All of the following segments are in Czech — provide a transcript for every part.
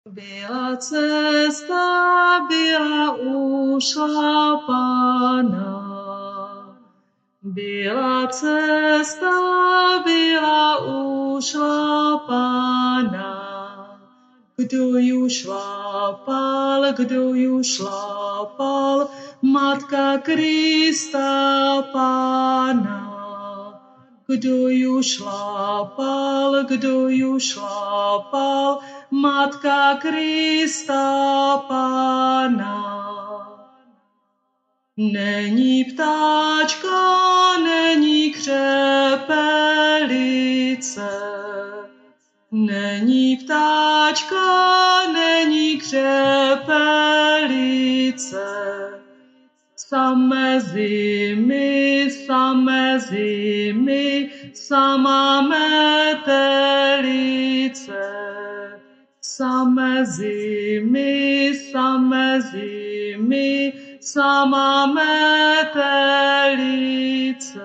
Byla cesta, byla ušlapaná. Byla cesta, byla ušlapaná. Kdo ju šlapal, Matka Krista Pána. Kdo ju šlapal, Matka Krista Pána. Není ptáčka, není křepelice, není ptáčka, není křepelice. Samé zimy, sama metelice. Samé zimy, sama metelice.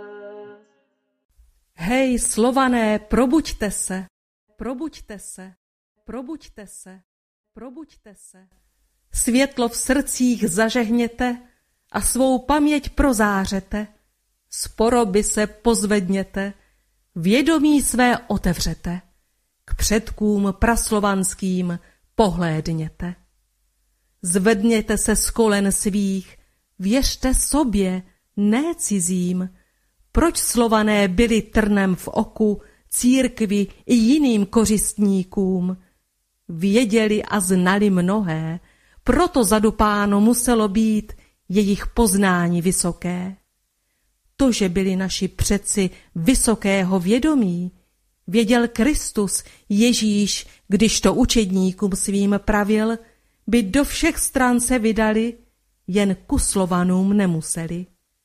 Hej, Slované, probuďte se, probuďte se, probuďte se, probuďte se. Světlo v srdcích zažehněte a svou paměť prozářete. Z poroby se pozvedněte, vědomí své otevřete. K předkům praslovanským pohlédněte. Zvedněte se z kolen svých, věřte sobě, ne cizím. Proč Slované byli trnem v oku církvi i jiným kořistníkům? Věděli a znali mnohé, proto zadupáno muselo být jejich poznání vysoké. To, že byli naši předci vysokého vědomí, věděl Kristus Ježíš, když to učedníkům svým pravil, by do všech stran se vydali, jen ku Slovanům nemuseli.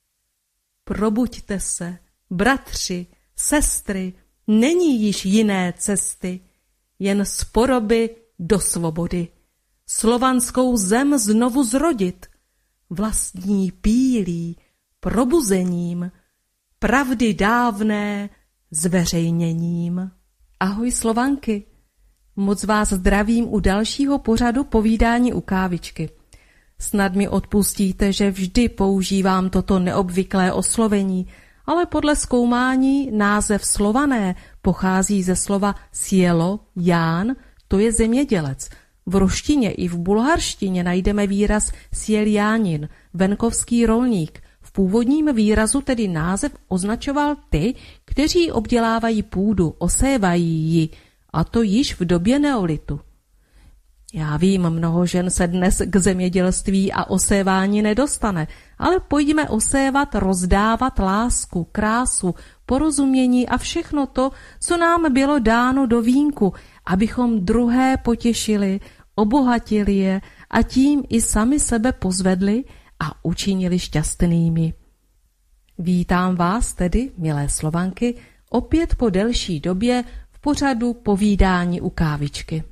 Probuďte se, bratři, sestry, není již jiné cesty, jen z poroby do svobody. Slovanskou zem znovu zrodit, vlastní pílí, probuzením, pravdy dávné zveřejněním. Ahoj Slovanky, moc vás zdravím u dalšího pořadu povídání u kávičky. Snad mi odpustíte, že vždy používám toto neobvyklé oslovení, ale podle zkoumání název Slované pochází ze slova sielo, Ján, to je zemědělec. V ruštině i v bulharštině najdeme výraz sieljánin, venkovský rolník. V původním výrazu tedy název označoval ty, kteří obdělávají půdu, osévají ji, a to již v době neolitu. Já vím, mnoho žen se dnes k zemědělství a osévání nedostane, ale pojďme osévat, rozdávat lásku, krásu, porozumění a všechno to, co nám bylo dáno do vínku, abychom druhé potěšili, obohatili je a tím i sami sebe pozvedli a učinili šťastnými. Vítám vás tedy, milé Slovanky, opět po delší době v pořadu povídání u kávičky.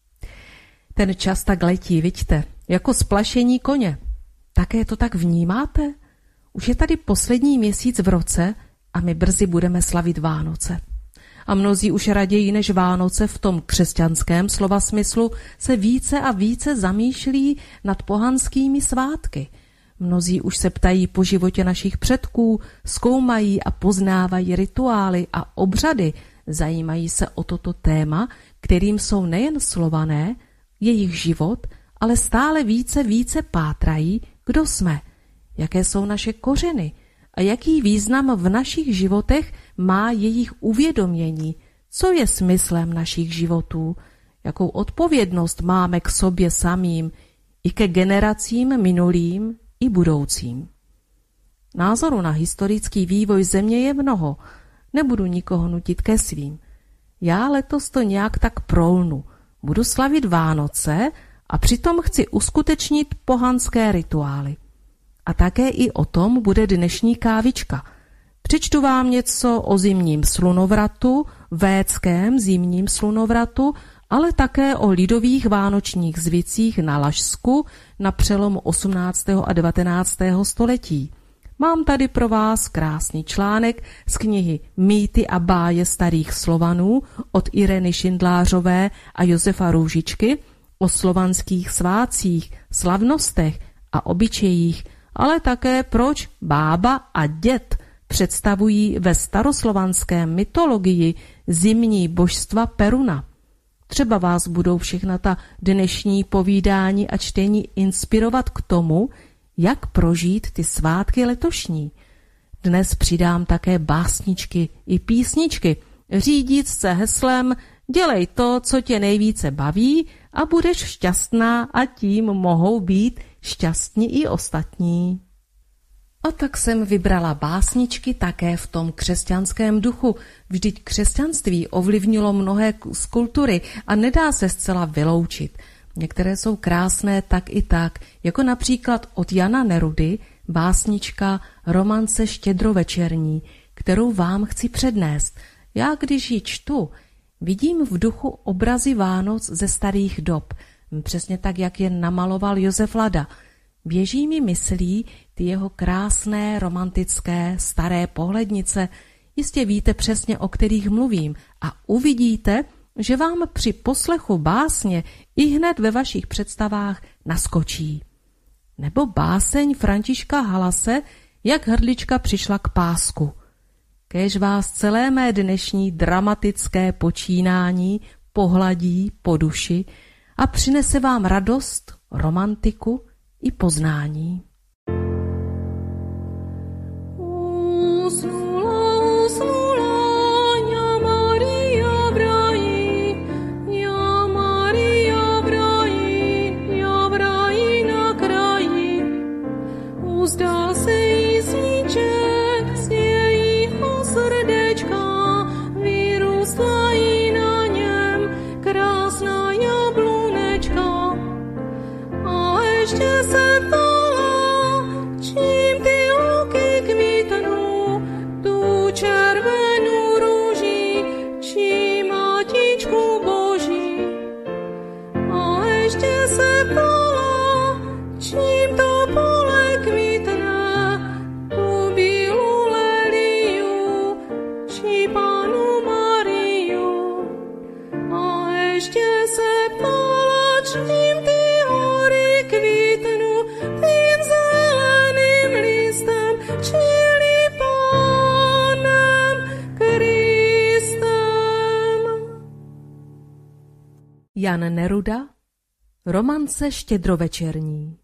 Ten čas tak letí, viďte, jako splašení koně. Také to tak vnímáte? Už je tady poslední měsíc v roce a my brzy budeme slavit Vánoce. A mnozí už raději než Vánoce v tom křesťanském slova smyslu se více a více zamýšlí nad pohanskými svátky. Mnozí už se ptají po životě našich předků, zkoumají a poznávají rituály a obřady, zajímají se o toto téma, kterým jsou nejen Slované, jejich život, ale stále více pátrají, kdo jsme, jaké jsou naše kořeny a jaký význam v našich životech má jejich uvědomění, co je smyslem našich životů, jakou odpovědnost máme k sobě samým i ke generacím minulým i budoucím. Názoru na historický vývoj země je mnoho, nebudu nikoho nutit ke svým. Já letos to nějak tak prolnu. Budu slavit Vánoce a přitom chci uskutečnit pohanské rituály. A také i o tom bude dnešní kávička. Přečtu vám něco o zimním slunovratu, védském zimním slunovratu, ale také o lidových vánočních zvicích na Lašsku na přelomu 18. a 19. století. mám tady pro vás krásný článek z knihy Mýty a báje starých Slovanů od Ireny Šindlářové a Josefa Růžičky o slovanských svátcích, slavnostech a obyčejích, ale také proč bába a děd představují ve staroslovanské mytologii zimní božstva Peruna. Třeba vás budou všechna ta dnešní povídání a čtení inspirovat k tomu, jak prožít ty svátky letošní. Dnes přidám také básničky i písničky, řídit se heslem dělej to, co tě nejvíce baví a budeš šťastná a tím mohou být šťastní i ostatní. A tak jsem vybrala básničky také v tom křesťanském duchu. Vždyť křesťanství ovlivnilo mnohé z kultury a nedá se zcela vyloučit. Některé jsou krásné tak i tak, jako například od Jana Nerudy básnička Romance štědrovečerní, kterou vám chci přednést. Já, když ji čtu, vidím v duchu obrazy Vánoc ze starých dob, přesně tak, jak je namaloval Josef Lada. Běží mi myslí ty jeho krásné, romantické, staré pohlednice. Jistě víte přesně, o kterých mluvím a uvidíte, že vám při poslechu básně i hned ve vašich představách naskočí. Nebo báseň Františka Halase, jak hrdlička přišla k pásku. Kéž vás celé mé dnešní dramatické počínání pohladí po duši a přinese vám radost, romantiku i poznání. Jan Neruda, Romance štědrovečerní.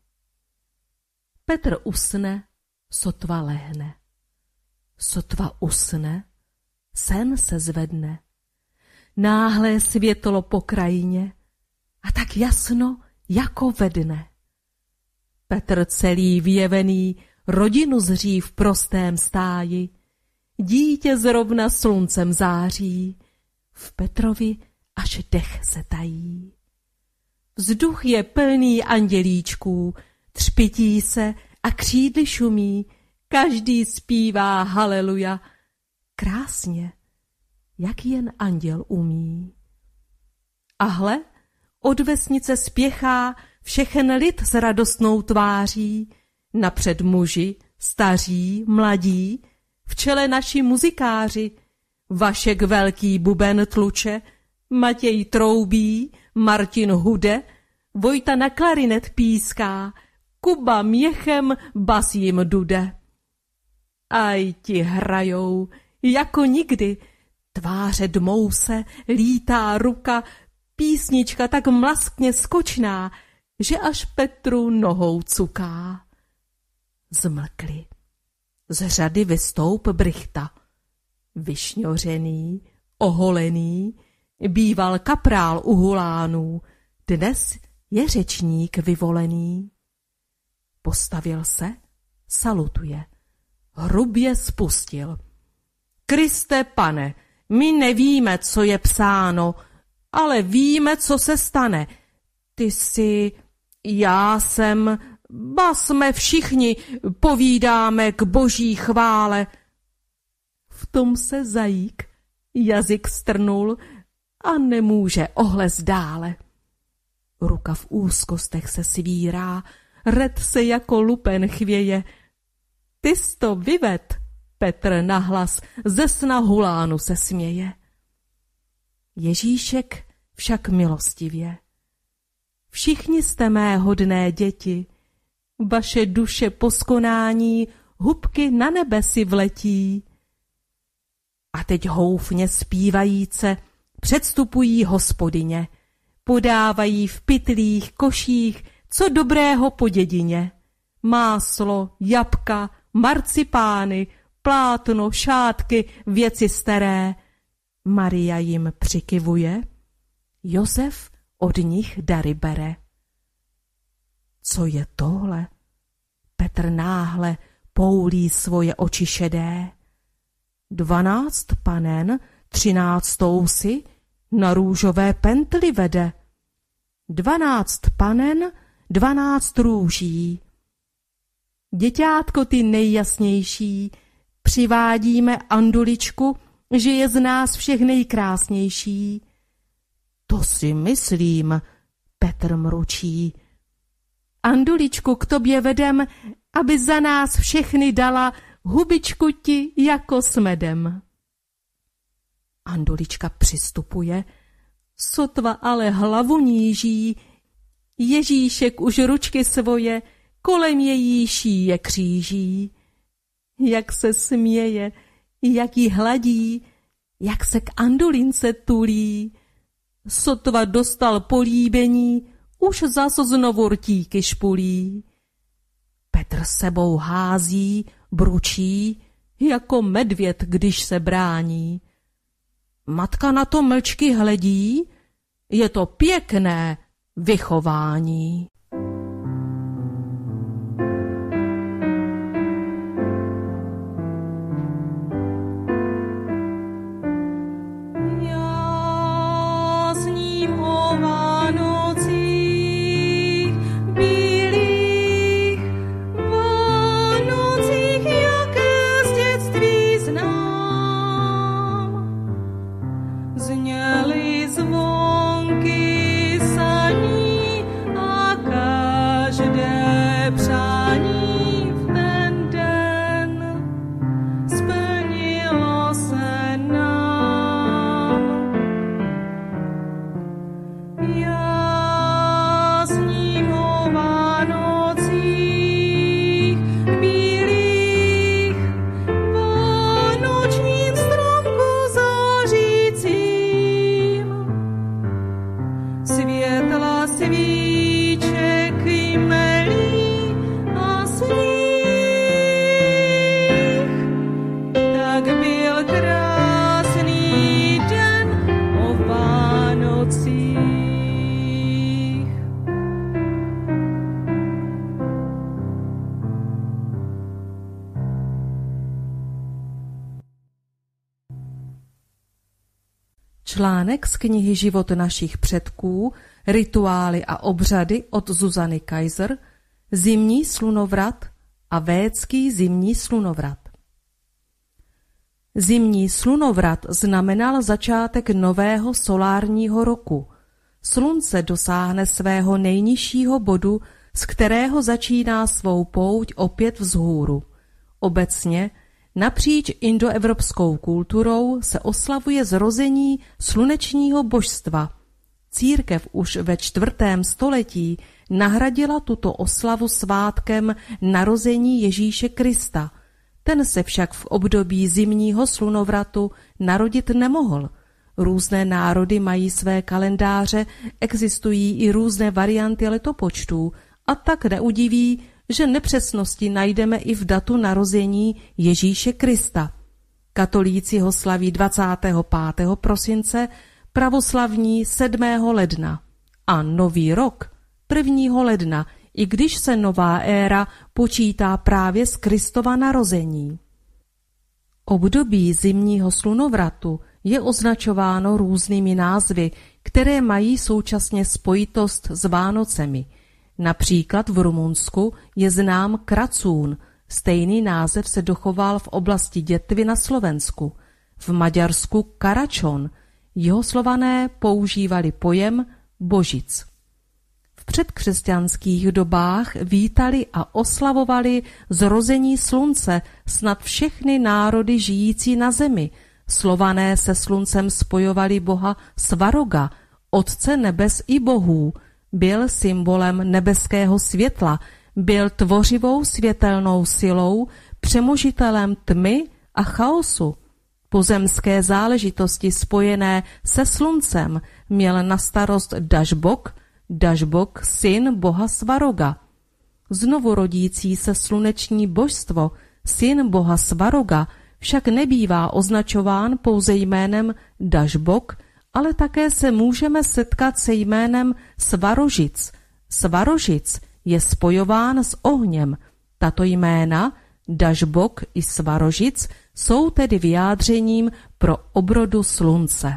Petr usne, sotva lehne. Sotva usne, sen se zvedne. Náhlé světlo po krajině a tak jasno jako ve dne. Petr celý vyjevený rodinu zří v prostém stáji. Dítě zrovna sluncem září, v Petrovi až dech se tají. Vzduch je plný andělíčků, třpití se a křídly šumí, každý zpívá haleluja, krásně, jak jen anděl umí. A hle, od vesnice spěchá všechen lid s radostnou tváří, napřed muži, staří, mladí, v čele naši muzikáři, Vašek velký buben tluče, Matěj troubí, Martin hude, Vojta na klarinet píská, Kuba měchem bas jim dude. Aj ti hrajou, jako nikdy, tváře dmou se, lítá ruka, písnička tak mlaskně skočná, že až Petru nohou cuká. Zmlkli. Z řady vystoup Brychta. Vyšňořený, oholený, býval kaprál u Hulánů, dnes je řečník vyvolený. Postavil se, salutuje, hrubě spustil. Kriste Pane, my nevíme, co je psáno, ale víme, co se stane. Ty jsi, já jsem, ba jsme všichni, povídáme k boží chvále. V tom se zajík jazyk strnul a nemůže ohlez dále. Ruka v úzkostech se svírá, red se jako lupen chvěje. Ty jsi to vyved, Petr nahlas ze sna hulánu se směje. Ježíšek však milostivě. Všichni jste mé hodné děti, vaše duše po skonání hubky na nebe si vletí. A teď houfně zpívajíce předstupují Hospodyně, podávají v pytlích koších, co dobrého po dědině. Máslo, jabka, marcipány, plátno, šátky, věci staré. Maria jim přikyvuje, Josef od nich dary bere. Co je tohle? Petr náhle poulí svoje oči šedé. 12 panen 13. si na růžové pentli vede. 12 panen 12 růží. Děťátko ty nejjasnější, přivádíme Anduličku, že je z nás všech nejkrásnější. To si myslím, Petr mručí. Anduličku k tobě vedem, aby za nás všechny dala hubičku ti jako s medem. Andulička přistupuje, sotva ale hlavu níží, Ježíšek už ručky svoje kolem její šíje kříží. Jak se směje, jak jí hladí, jak se k Andulince tulí. Sotva dostal políbení, už zas znovu rtíky špulí. Petr sebou hází, bručí, jako medvěd, když se brání. Matka na to mlčky hledí, je to pěkné vychování. Článek z knihy Život našich předků, rituály a obřady od Zuzany Kaiser, Zimní slunovrat a védský zimní slunovrat. Zimní slunovrat znamenal začátek nového solárního roku. Slunce dosáhne svého nejnižšího bodu, z kterého začíná svou pouť opět vzhůru. Obecně napříč indoevropskou kulturou se oslavuje zrození slunečního božstva. Církev už ve 4. století nahradila tuto oslavu svátkem narození Ježíše Krista. Ten se však v období zimního slunovratu narodit nemohl. Různé národy mají své kalendáře, existují i různé varianty letopočtů a tak neudiví, že nepřesnosti najdeme i v datu narození Ježíše Krista. Katolíci ho slaví 25. prosince, pravoslavní 7. ledna a nový rok 1. ledna, i když se nová éra počítá právě z Kristova narození. Období zimního slunovratu je označováno různými názvy, které mají současně spojitost s Vánocemi. Například v Rumunsku je znám Kracún, stejný název se dochoval v oblasti Dětvy na Slovensku. V Maďarsku Karačon, Jihoslované používali pojem Božic. V předkřesťanských dobách vítali a oslavovali zrození slunce snad všechny národy žijící na zemi. Slované se sluncem spojovali boha Svaroga, otce nebes i bohů. Byl symbolem nebeského světla, byl tvořivou světelnou silou, přemožitelem tmy a chaosu. Pozemské záležitosti spojené se sluncem měl na starost Dažbog, Dažbog syn boha Svaroga. Znovu rodící se sluneční božstvo, syn boha Svaroga, však nebývá označován pouze jménem Dažbog, ale také se můžeme setkat se jménem Svarožic. Svarožic je spojován s ohněm. Tato jména, Dažbog i Svarožic, jsou tedy vyjádřením pro obrodu slunce.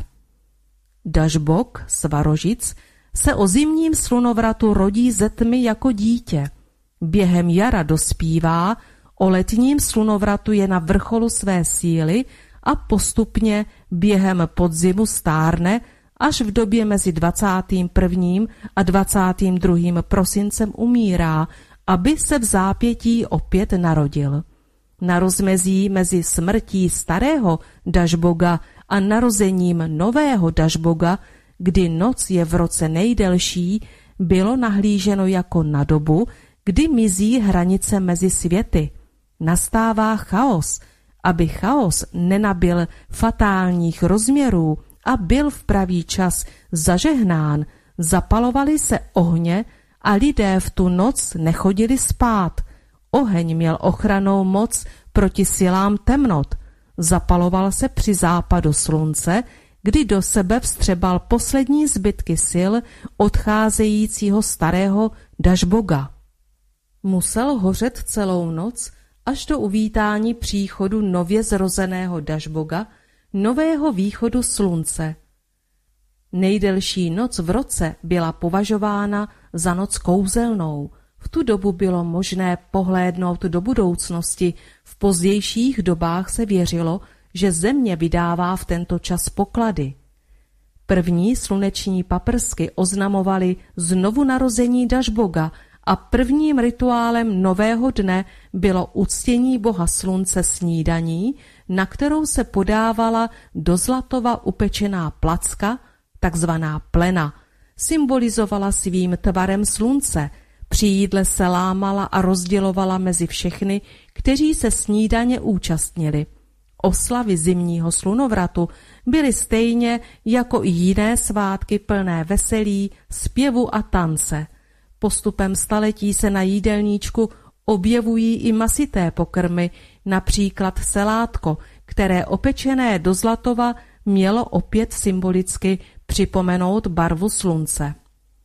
Dažbog, Svarožic, se o zimním slunovratu rodí ze tmy jako dítě. Během jara dospívá, o letním slunovratu je na vrcholu své síly a postupně během podzimu stárne, až v době mezi 21. a 22. prosincem umírá, aby se v zápětí opět narodil. Na rozmezí mezi smrtí starého Dažboga a narozením nového Dažboga, kdy noc je v roce nejdelší, bylo nahlíženo jako na dobu, kdy mizí hranice mezi světy. Nastává chaos, aby chaos nenabyl fatálních rozměrů a byl v pravý čas zažehnán, zapalovaly se ohně a lidé v tu noc nechodili spát. Oheň měl ochrannou moc proti silám temnot. Zapaloval se při západu slunce, kdy do sebe vstřebal poslední zbytky sil odcházejícího starého Dažboga. Musel hořet celou noc až do uvítání příchodu nově zrozeného Dažboga, nového východu slunce. Nejdelší noc v roce byla považována za noc kouzelnou. V tu dobu bylo možné pohlédnout do budoucnosti. V pozdějších dobách se věřilo, že země vydává v tento čas poklady. První sluneční paprsky oznamovaly znovu narození Dažboga a prvním rituálem nového dne bylo uctění boha slunce snídaní, na kterou se podávala do zlatova upečená placka, takzvaná plena. Symbolizovala svým tvarem slunce. Při jídle se lámala a rozdělovala mezi všechny, kteří se snídaně účastnili. Oslavy zimního slunovratu byly stejně jako i jiné svátky plné veselí, zpěvu a tance. Postupem staletí se na jídelníčku objevují i masité pokrmy, například selátko, které opečené do zlatova mělo opět symbolicky připomenout barvu slunce.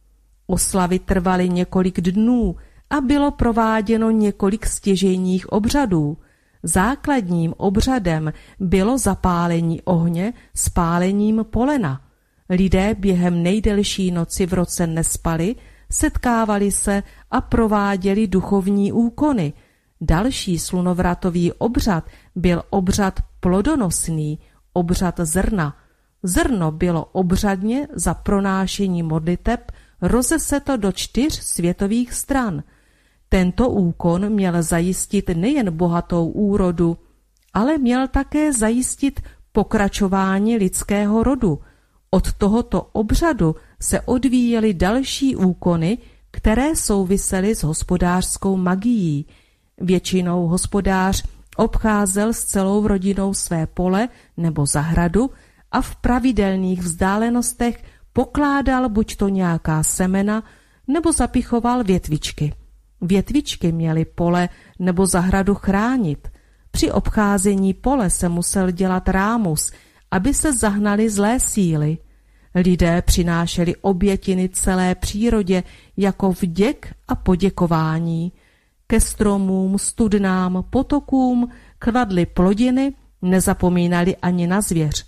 Oslavy trvaly několik dnů a bylo prováděno několik stěžejních obřadů. Základním obřadem bylo zapálení ohně s pálením polena. Lidé během nejdelší noci v roce nespali, setkávali se a prováděli duchovní úkony. Další slunovratový obřad byl obřad plodonosný, obřad zrna. Zrno bylo obřadně za pronášení modliteb rozeseto do 4 světových stran. Tento úkon měl zajistit nejen bohatou úrodu, ale měl také zajistit pokračování lidského rodu. Od tohoto obřadu se odvíjely další úkony, které souvisely s hospodářskou magií. Většinou hospodář obcházel s celou rodinou své pole nebo zahradu a v pravidelných vzdálenostech pokládal buď to nějaká semena, nebo zapichoval větvičky. Větvičky měly pole nebo zahradu chránit. Při obcházení pole se musel dělat rámus, aby se zahnaly zlé síly. Lidé přinášeli obětiny celé přírodě jako vděk a poděkování. Ke stromům, studnám, potokům kladli plodiny, nezapomínali ani na zvěř.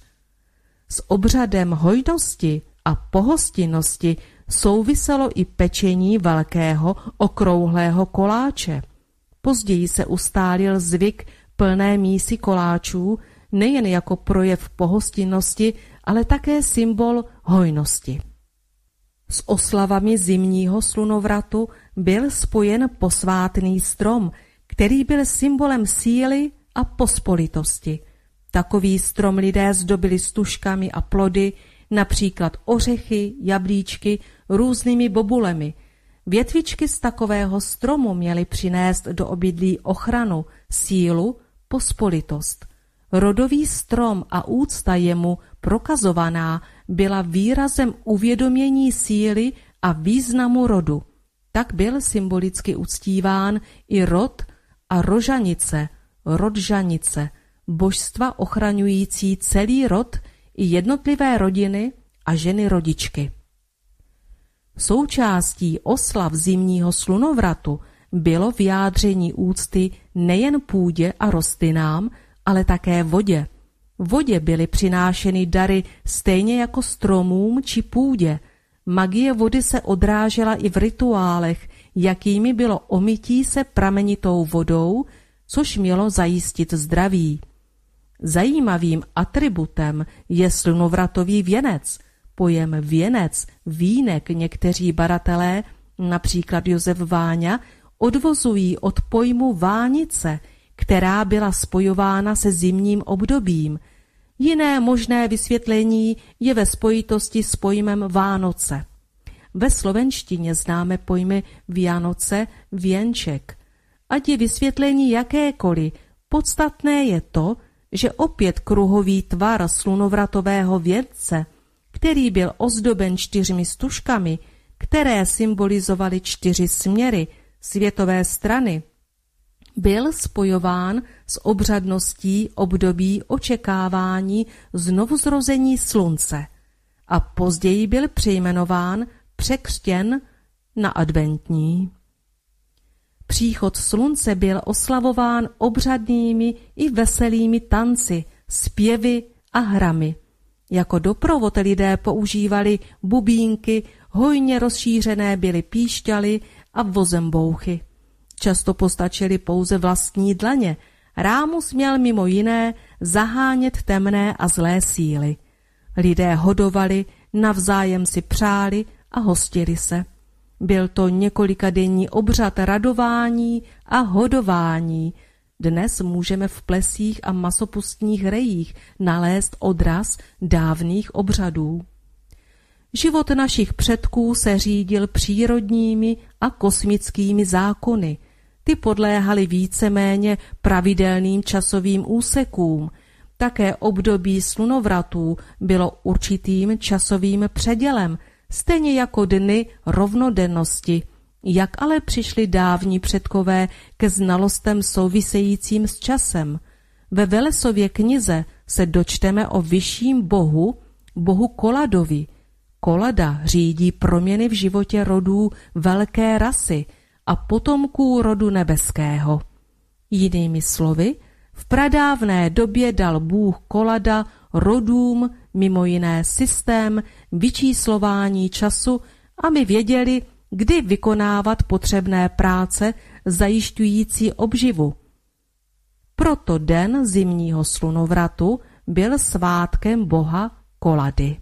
S obřadem hojnosti a pohostinnosti souviselo i pečení velkého okrouhlého koláče. Později se ustálil zvyk plné mísy koláčů nejen jako projev pohostinnosti, ale také symbol hojnosti. S oslavami zimního slunovratu byl spojen posvátný strom, který byl symbolem síly a pospolitosti. Takový strom lidé zdobili stužkami a plody, například ořechy, jablíčky, různými bobulemi. Větvičky z takového stromu měly přinést do obydlí ochranu, sílu, pospolitost. Rodový strom a úcta jemu prokazovaná byla výrazem uvědomění síly a významu rodu. Tak byl symbolicky uctíván i rod a rožanice, rodžanice, božstva ochraňující celý rod i jednotlivé rodiny a ženy rodičky. Součástí oslav zimního slunovratu bylo vyjádření úcty nejen půdě a rostlinám, ale také vodě. Vodě byly přinášeny dary stejně jako stromům či půdě. Magie vody se odrážela i v rituálech, jakými bylo omytí se pramenitou vodou, což mělo zajistit zdraví. Zajímavým atributem je slunovratový věnec. Pojem věnec, vínek někteří badatelé, například Josef Váňa, odvozují od pojmu vánice, která byla spojována se zimním obdobím. Jiné možné vysvětlení je ve spojitosti s pojmem Vánoce. Ve slovenštině známe pojmy Vianoce, věnček. Ať je vysvětlení jakékoliv, podstatné je to, že opět kruhový tvar slunovratového věnce, který byl ozdoben 4 stužkami, které symbolizovaly 4 směry, světové strany, byl spojován s obřadností období očekávání znovuzrození slunce a později byl přejmenován, překřtěn na adventní. Příchod slunce byl oslavován obřadnými i veselými tanci, zpěvy a hrami. Jako doprovod lidé používali bubínky, hojně rozšířené byly píšťaly a vozembouchy. Často postačily pouze vlastní dlaně. Rámus měl mimo jiné zahánět temné a zlé síly. Lidé hodovali, navzájem si přáli a hostili se. Byl to několikadenní obřad radování a hodování. Dnes můžeme v plesích a masopustních rejích nalézt odraz dávných obřadů. Život našich předků se řídil přírodními a kosmickými zákony. Ty podléhaly víceméně pravidelným časovým úsekům. Také období slunovratů bylo určitým časovým předělem, stejně jako dny rovnodennosti. Jak ale přišli dávní předkové ke znalostem souvisejícím s časem? Ve Velesově knize se dočteme o vyšším bohu Koladovi. Kolada řídí proměny v životě rodů velké rasy a potomků rodu nebeského. Jinými slovy, v pradávné době dal Bůh Kolada rodům mimo jiné systém vyčíslování času, aby věděli, kdy vykonávat potřebné práce zajišťující obživu. Proto den zimního slunovratu byl svátkem boha Kolady.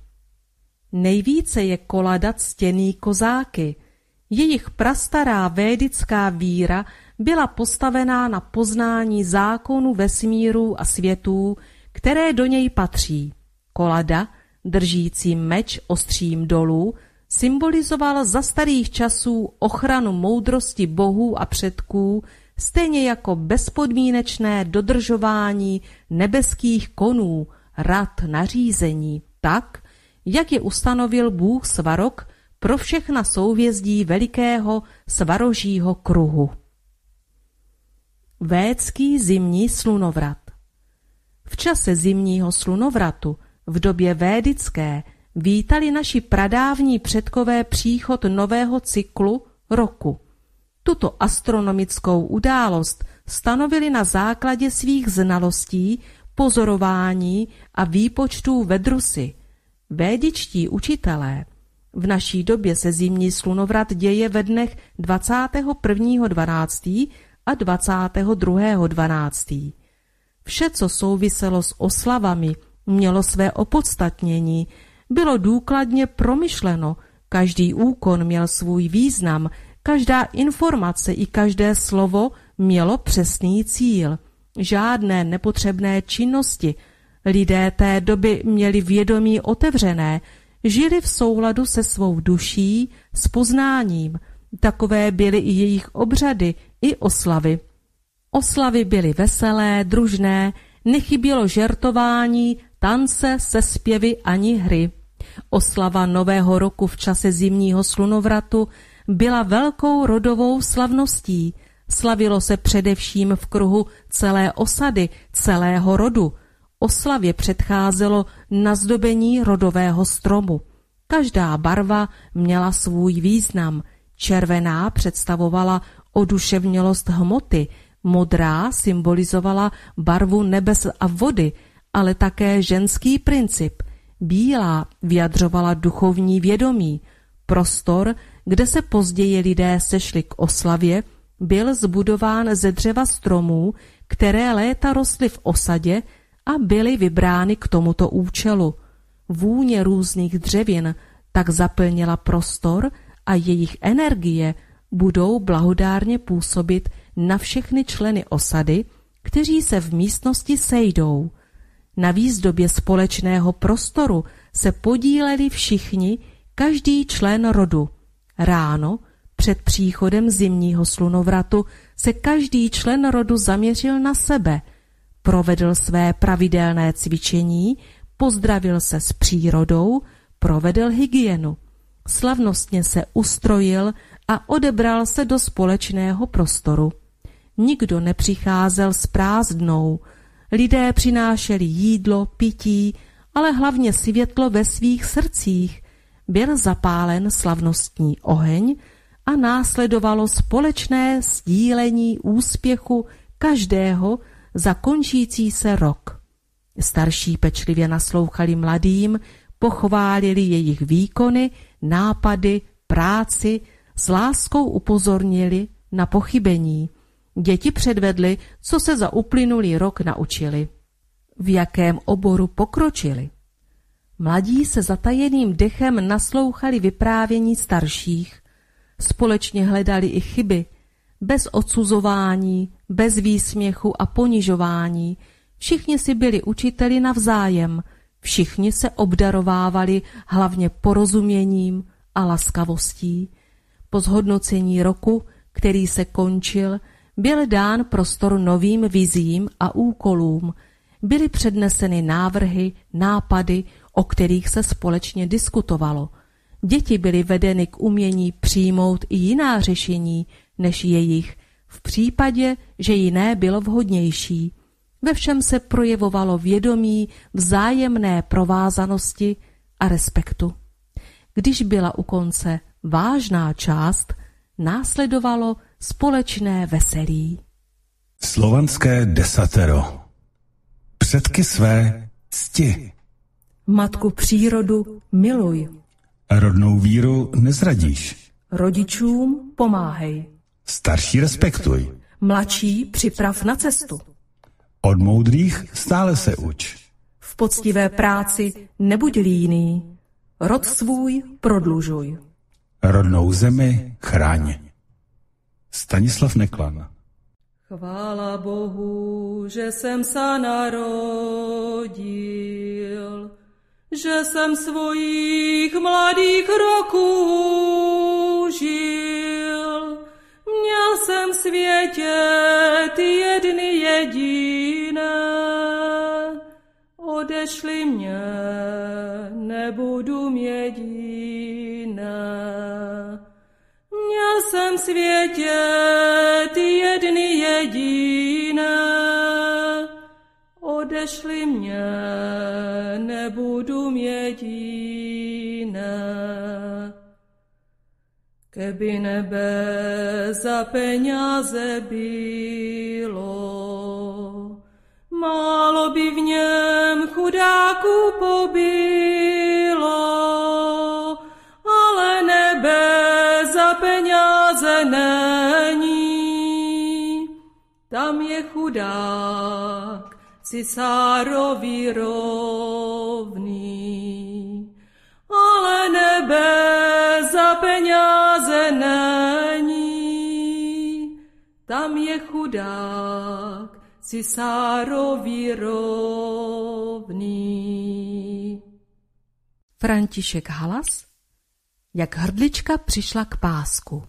Nejvíce je Kolada ctěný kozáky. Jejich prastará védická víra byla postavená na poznání zákonů vesmíru a světů, které do něj patří. Kolada, držící meč ostřím dolů, symbolizoval za starých časů ochranu moudrosti bohů a předků, stejně jako bezpodmínečné dodržování nebeských konů, rad, nařízení, tak, jak je ustanovil Bůh Svarog pro všechna souhvězdí velikého svarožího kruhu. Védský zimní slunovrat. V čase zimního slunovratu, v době védické, vítali naši pradávní předkové příchod nového cyklu roku. Tuto astronomickou událost stanovili na základě svých znalostí, pozorování a výpočtů vedrusy. Védičtí učitelé. V naší době se zimní slunovrat děje ve dnech 21.12. a 22.12. Vše, co souviselo s oslavami, mělo své opodstatnění, bylo důkladně promyšleno, Každý úkon měl svůj význam, každá informace i každé slovo mělo přesný cíl. Žádné nepotřebné činnosti. Lidé té doby měli vědomí otevřené, žili v souladu se svou duší, s poznáním. Takové byly i jejich obřady, i oslavy. Oslavy byly veselé, družné, nechybělo žertování, tance, sespěvy ani hry. Oslava Nového roku v čase zimního slunovratu byla velkou rodovou slavností. Slavilo se především v kruhu celé osady, celého rodu. Oslavě předcházelo nazdobení rodového stromu. Každá barva měla svůj význam. Červená představovala oduševnělost hmoty, modrá symbolizovala barvu nebes a vody, ale také ženský princip. Bílá vyjadřovala duchovní vědomí. Prostor, kde se později lidé sešli k oslavě, byl zbudován ze dřeva stromů, které léta rostly v osadě a byly vybrány k tomuto účelu. Vůně různých dřevin tak zaplnila prostor a jejich energie budou blahodárně působit na všechny členy osady, kteří se v místnosti sejdou. Na výzdobě společného prostoru se podíleli všichni, každý člen rodu. Ráno, před příchodem zimního slunovratu, se každý člen rodu zaměřil na sebe, provedl své pravidelné cvičení, pozdravil se s přírodou, provedl hygienu. Slavnostně se ustrojil a odebral se do společného prostoru. Nikdo nepřicházel s prázdnou. Lidé přinášeli jídlo, pití, ale hlavně světlo ve svých srdcích. Byl zapálen slavnostní oheň a následovalo společné sdílení úspěchu každého za končící se rok. Starší pečlivě naslouchali mladým, pochválili jejich výkony, nápady, práci, s láskou upozornili na pochybení. Děti předvedly, co se za uplynulý rok naučili, v jakém oboru pokročili. Mladí se zatajeným dechem naslouchali vyprávění starších. Společně hledali i chyby, bez odsuzování, bez výsměchu a ponižování. Všichni si byli učiteli navzájem, všichni se obdarovávali hlavně porozuměním a laskavostí. Po zhodnocení roku, který se končil, byl dán prostor novým vizím a úkolům. Byly předneseny návrhy, nápady, o kterých se společně diskutovalo. Děti byly vedeny k umění přijmout i jiná řešení než jejich, v případě, že jiné bylo vhodnější. Ve všem se projevovalo vědomí vzájemné provázanosti a respektu. Když byla u konce vážná část, následovalo společné veselí. Slovanské desatero. Předky své cti. Matku přírodu miluj. Rodnou víru nezradíš. Rodičům pomáhej. Starší respektuj. Mladší připrav na cestu. Od moudrých stále se uč. V poctivé práci nebuď líný. Rod svůj prodlužuj. Rodnou zemi chráň. Stanislav Neklan. Chvála Bohu, že jsem se narodil, že jsem svojich mladých roků žil. Měl jsem v světě ty jedny jediné, odešli mě, nebudu jediné. Měl jsem v světě ty jedny jediné, odešli mě, nebudu jediné. Keby nebe za peníze bylo, málo by v něm chudáků pobylo, ale nebe za peníze není. Tam je chudák cisárovi rovný, ale nebe tam je chudák, cisárovi rovný. František Halas, jak hrdlička přišla k pásku.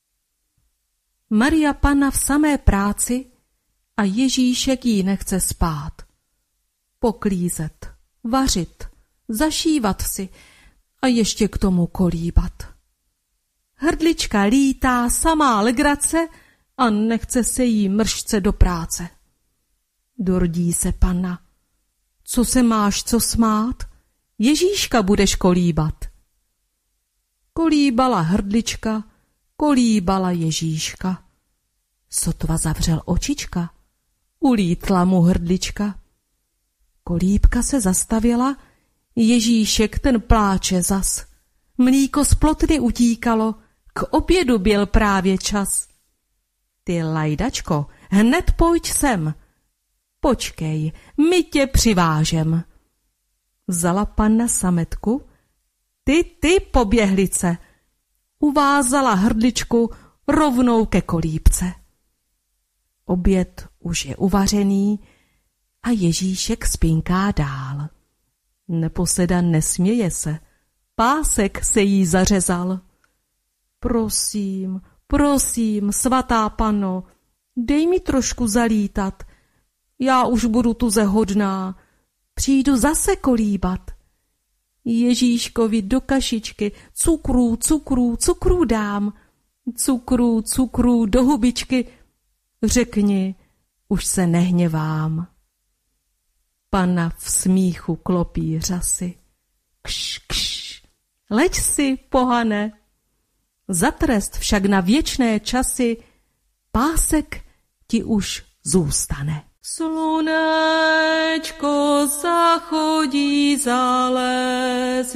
Maria Panna v samé práci a Ježíšek jí nechce spát. Poklízet, vařit, zašívat si a ještě k tomu kolíbat. Hrdlička lítá samá legrace a nechce se jí mršce do práce. Dordí se Panna. Co se máš co smát? Ježíška budeš kolíbat. Kolíbala hrdlička, kolíbala Ježíška. Sotva zavřel očička, ulítla mu hrdlička. Kolíbka se zastavila, Ježíšek ten pláče zas. Mlíko z plotny utíkalo, k obědu byl právě čas. Ty lajdačko, hned pojď sem. Počkej, my tě přivážem. Vzala Panna sametku, ty poběhlice, uvázala hrdličku rovnou ke kolíbce. Oběd už je uvařený a Ježíšek spinká dál. Neposeda nesměje se, pásek se jí zařezal. Prosím, svatá Panno, dej mi trošku zalítat, já už budu tuze hodná, přijdu zase kolíbat. Ježíškovi do kašičky cukru dám, cukru do hubičky, řekni, už se nehněvám. Panna v smíchu klopí řasy. Kš, leď si, pohane. Za trest však na věčné časy pásek ti už zůstane. Slunečko zachodí za les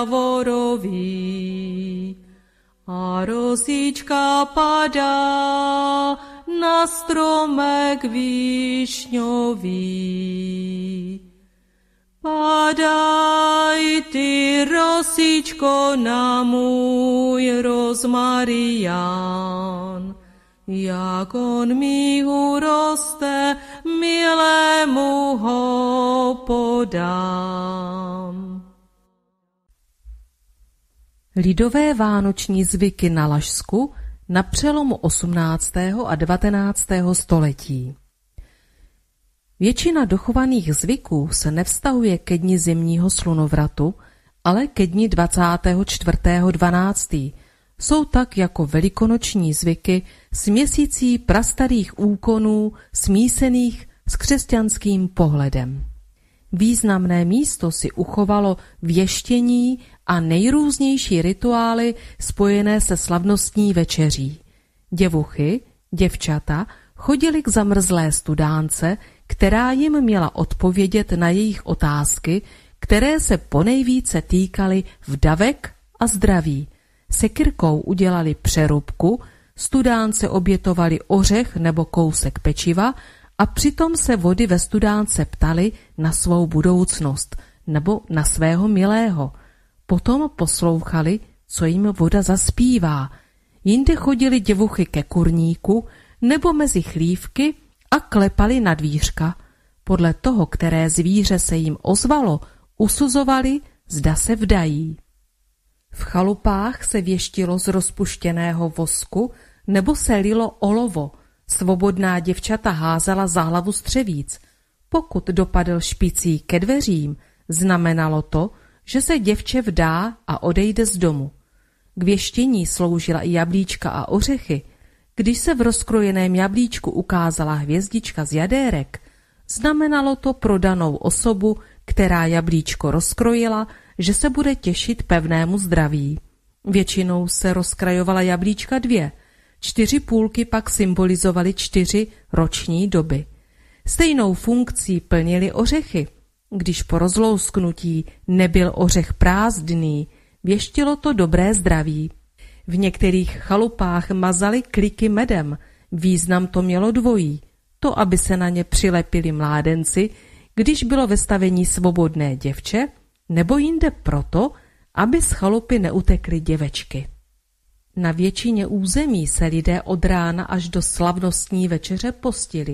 javorový a rosička padá na stromek višňový. Padaj ty, rosičko, na můj rozmarián, jak on mi uroste, milému ho podám. Lidové vánoční zvyky na Lašsku na přelomu 18. a 19. století. Většina dochovaných zvyků se nevztahuje ke dni zimního slunovratu, ale ke dni 24.12. Jsou tak jako velikonoční zvyky směsicí prastarých úkonů smísených s křesťanským pohledem. Významné místo si uchovalo věštění a nejrůznější rituály spojené se slavnostní večeří. Děvuchy, děvčata, chodili k zamrzlé studánce, která jim měla odpovědět na jejich otázky, které se ponejvíce týkaly vdavek a zdraví. Sekyrkou udělali přerubku, studánce obětovali ořech nebo kousek pečiva a přitom se vody ve studánce ptali na svou budoucnost nebo na svého milého. Potom poslouchali, co jim voda zaspívá. Jinde chodili děvuchy ke kurníku nebo mezi chlívky a klepali na dvířka. Podle toho, které zvíře se jim ozvalo, usuzovali, zda se vdají. V chalupách se věštilo z rozpuštěného vosku nebo se lilo olovo. Svobodná děvčata házela za hlavu střevíc. Pokud dopadl špicí ke dveřím, znamenalo to, že se děvče vdá a odejde z domu. K věštění sloužila i jablíčka a ořechy. Když se v rozkrojeném jablíčku ukázala hvězdička z jadérek, znamenalo to pro danou osobu, která jablíčko rozkrojila, že se bude těšit pevnému zdraví. Většinou se rozkrajovala jablíčka 2, 4 půlky pak symbolizovaly 4 roční doby. Stejnou funkcí plnily ořechy. Když po rozlousknutí nebyl ořech prázdný, věštilo to dobré zdraví. V některých chalupách mazali kliky medem, význam to mělo dvojí, to, aby se na ně přilepili mládenci, když bylo ve stavení svobodné děvče, nebo jinde proto, aby z chalupy neutekly děvečky. Na většině území se lidé od rána až do slavnostní večeře postili.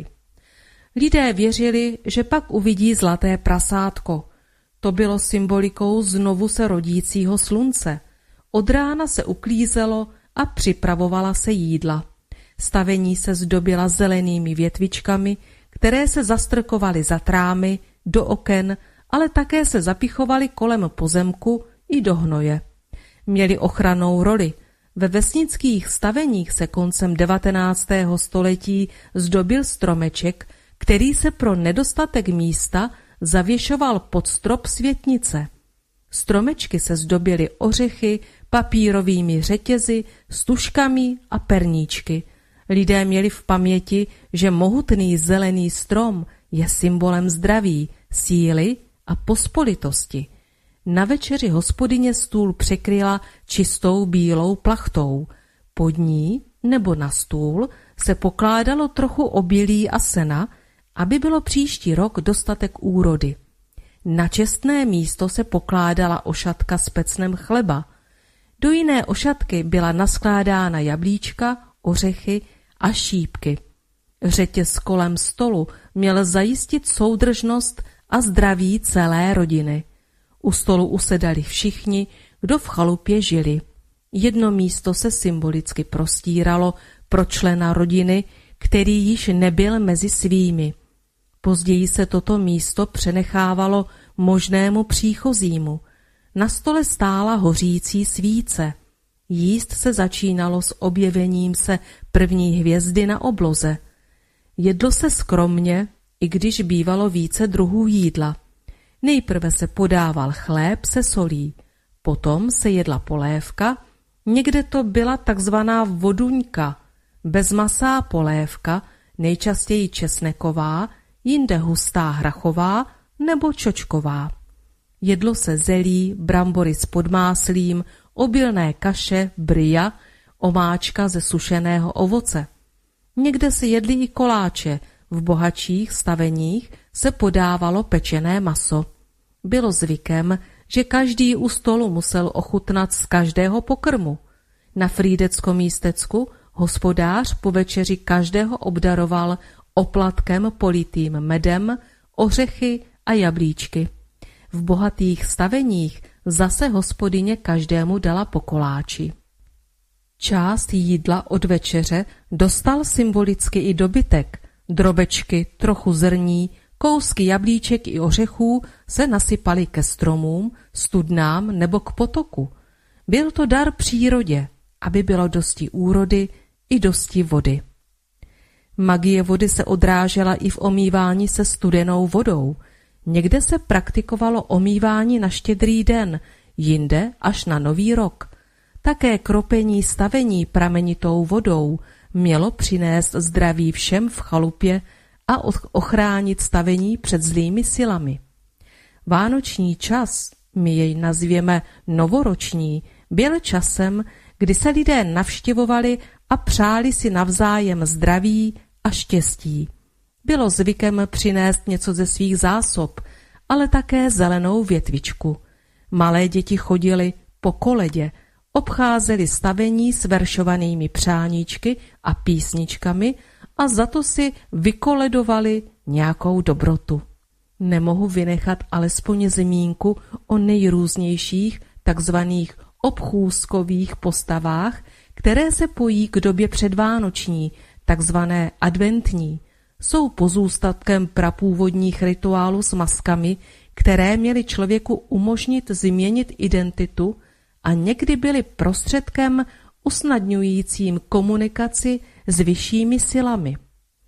Lidé věřili, že pak uvidí zlaté prasátko. To bylo symbolikou znovu se rodícího slunce. Od rána se uklízelo a připravovala se jídla. Stavení se zdobila zelenými větvičkami, které se zastrkovaly za trámy, do oken, ale také se zapichovaly kolem pozemku i do hnoje. Měli ochrannou roli. Ve vesnických staveních se koncem 19. století zdobil stromeček, který se pro nedostatek místa zavěšoval pod strop světnice. Stromečky se zdobily ořechy, papírovými řetězy, stužkami a perníčky. Lidé měli v paměti, že mohutný zelený strom je symbolem zdraví, síly a pospolitosti. Na večeři hospodyně stůl překryla čistou bílou plachtou. Pod ní nebo na stůl se pokládalo trochu obilí a sena, aby bylo příští rok dostatek úrody. Na čestné místo se pokládala ošatka s pecnem chleba. Do jiné ošatky byla naskládána jablíčka, ořechy a šípky. Řetěz kolem stolu měl zajistit soudržnost a zdraví celé rodiny. U stolu usedali všichni, kdo v chalupě žili. Jedno místo se symbolicky prostíralo pro člena rodiny, který již nebyl mezi svými. Později se toto místo přenechávalo možnému příchozímu. Na stole stála hořící svíce. Jíst se začínalo s objevením se první hvězdy na obloze. Jedlo se skromně, i když bývalo více druhů jídla. Nejprve se podával chléb se solí, potom se jedla polévka, někde to byla takzvaná voduňka, bezmasá polévka, nejčastěji česneková, jinde hustá hrachová nebo čočková. Jedlo se zelí, brambory s podmáslím, obilné kaše, brija, omáčka ze sušeného ovoce. Někde se jedly i koláče, v bohatších staveních se podávalo pečené maso. Bylo zvykem, že každý u stolu musel ochutnat z každého pokrmu. Na Frýdeckom místecku hospodář po večeři každého obdaroval oplatkem politým medem, ořechy a jablíčky. V bohatých staveních zase hospodyně každému dala po koláči. Část jídla od večeře dostal symbolicky i dobytek. Drobečky, trochu zrní, kousky jablíček i ořechů se nasypaly ke stromům, studnám nebo k potoku. Byl to dar přírodě, aby bylo dosti úrody i dosti vody. Magie vody se odrážela i v omývání se studenou vodou. Někde se praktikovalo omývání na Štědrý den, jinde až na Nový rok. Také kropení stavení pramenitou vodou mělo přinést zdraví všem v chalupě a ochránit stavení před zlými silami. Vánoční čas, my jej nazvěme novoroční, byl časem, kdy se lidé navštěvovali a přáli si navzájem zdraví a štěstí. Bylo zvykem přinést něco ze svých zásob, ale také zelenou větvičku. Malé děti chodily po koledě, obcházeli stavení s veršovanými přáníčky a písničkami a za to si vykoledovali nějakou dobrotu. Nemohu vynechat alespoň zmínku o nejrůznějších takzvaných obchůzkových postavách, které se pojí k době předvánoční, takzvané adventní. Jsou pozůstatkem prapůvodních rituálů s maskami, které měly člověku umožnit změnit identitu a někdy byly prostředkem usnadňujícím komunikaci s vyššími silami.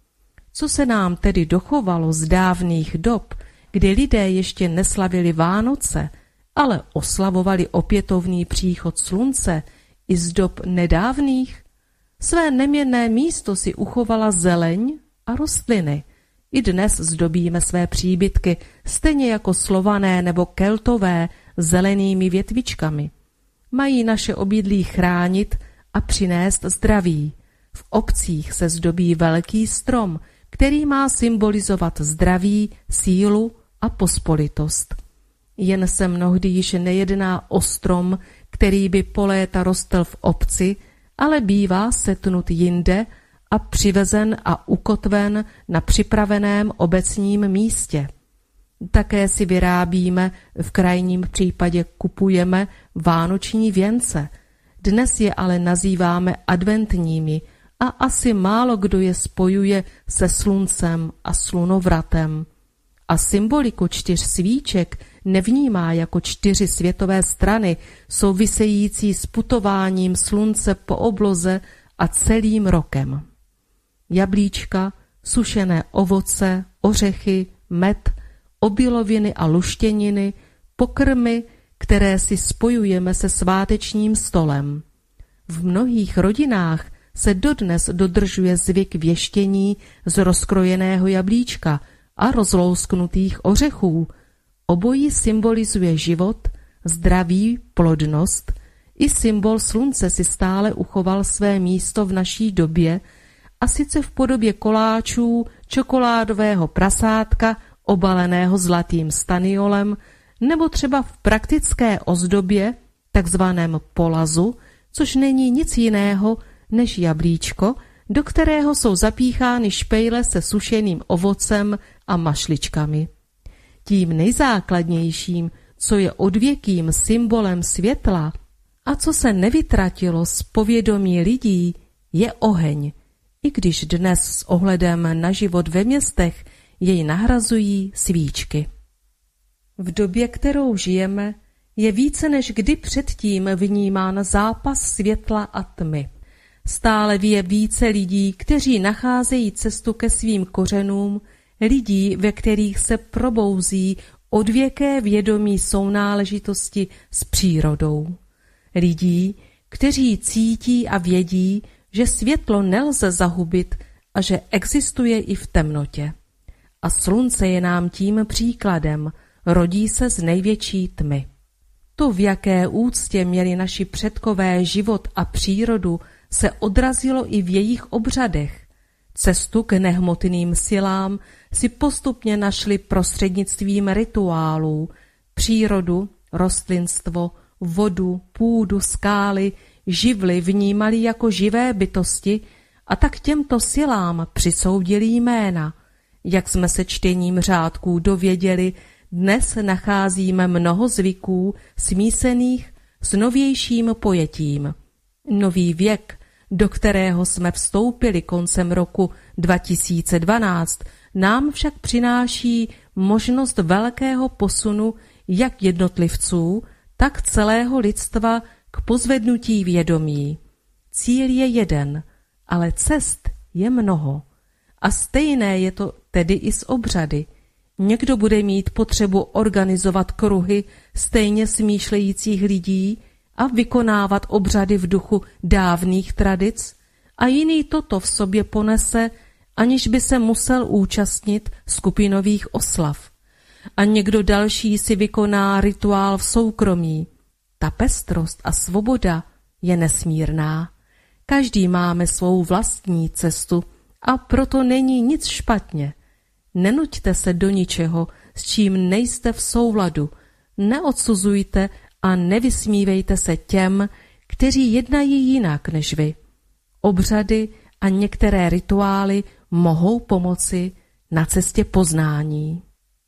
Co se nám tedy dochovalo z dávných dob, kdy lidé ještě neslavili Vánoce, ale oslavovali opětovný příchod slunce i z dob nedávných? Své neměnné místo si uchovala zeleň a rostliny. I dnes zdobíme své příbytky, stejně jako Slované nebo Keltové, zelenými větvičkami. Mají naše obydlí chránit a přinést zdraví. V obcích se zdobí velký strom, který má symbolizovat zdraví, sílu a pospolitost. Jen se mnohdy již nejedná o strom, který by po léta rostl v obci, ale bývá setnut jinde a přivezen a ukotven na připraveném obecním místě. Také si vyrábíme, v krajním případě kupujeme vánoční věnce. Dnes je ale nazýváme adventními a asi málo kdo je spojuje se sluncem a slunovratem. A symboliku 4 svíček nevnímá jako 4 světové strany související s putováním slunce po obloze a celým rokem. Jablíčka, sušené ovoce, ořechy, med, obiloviny a luštěniny, pokrmy, které si spojujeme se svátečním stolem. V mnohých rodinách se dodnes dodržuje zvyk věštění z rozkrojeného jablíčka a rozlousknutých ořechů. Obojí symbolizuje život, zdraví, plodnost. I symbol slunce si stále uchoval své místo v naší době, a sice v podobě koláčů, čokoládového prasátka obaleného zlatým staniolem, nebo třeba v praktické ozdobě, takzvaném polazu, což není nic jiného než jablíčko, do kterého jsou zapíchány špejle se sušeným ovocem a mašličkami. Tím nejzákladnějším, co je odvěkým symbolem světla a co se nevytratilo z povědomí lidí, je oheň, i když dnes s ohledem na život ve městech jej nahrazují svíčky. V době, kterou žijeme, je více než kdy předtím vnímán zápas světla a tmy. Stále je více lidí, kteří nacházejí cestu ke svým kořenům, lidí, ve kterých se probouzí odvěké vědomí sounáležitosti s přírodou. Lidí, kteří cítí a vědí, že světlo nelze zahubit a že existuje i v temnotě. A slunce je nám tím příkladem, rodí se z největší tmy. To, v jaké úctě měli naši předkové život a přírodu, se odrazilo i v jejich obřadech. Cestu k nehmotným silám si postupně našli prostřednictvím rituálů. Přírodu, rostlinstvo, vodu, půdu, skály, živly vnímali jako živé bytosti a tak těmto silám přisoudili jména. Jak jsme se čtením řádků dověděli, dnes nacházíme mnoho zvyků smísených s novějším pojetím. Nový věk, do kterého jsme vstoupili koncem roku 2012, nám však přináší možnost velkého posunu jak jednotlivců, tak celého lidstva k pozvednutí vědomí. Cíl je jeden, ale cest je mnoho. A stejné je to tedy i s obřady. Někdo bude mít potřebu organizovat kruhy stejně smýšlejících lidí a vykonávat obřady v duchu dávných tradic, a jiný toto v sobě ponese, aniž by se musel účastnit skupinových oslav. A někdo další si vykoná rituál v soukromí. Ta pestrost a svoboda je nesmírná. Každý máme svou vlastní cestu a proto není nic špatně. Nenuťte se do ničeho, s čím nejste v souladu. Neodsuzujte a nevysmívejte se těm, kteří jednají jinak než vy. Obřady a některé rituály mohou pomoci na cestě poznání.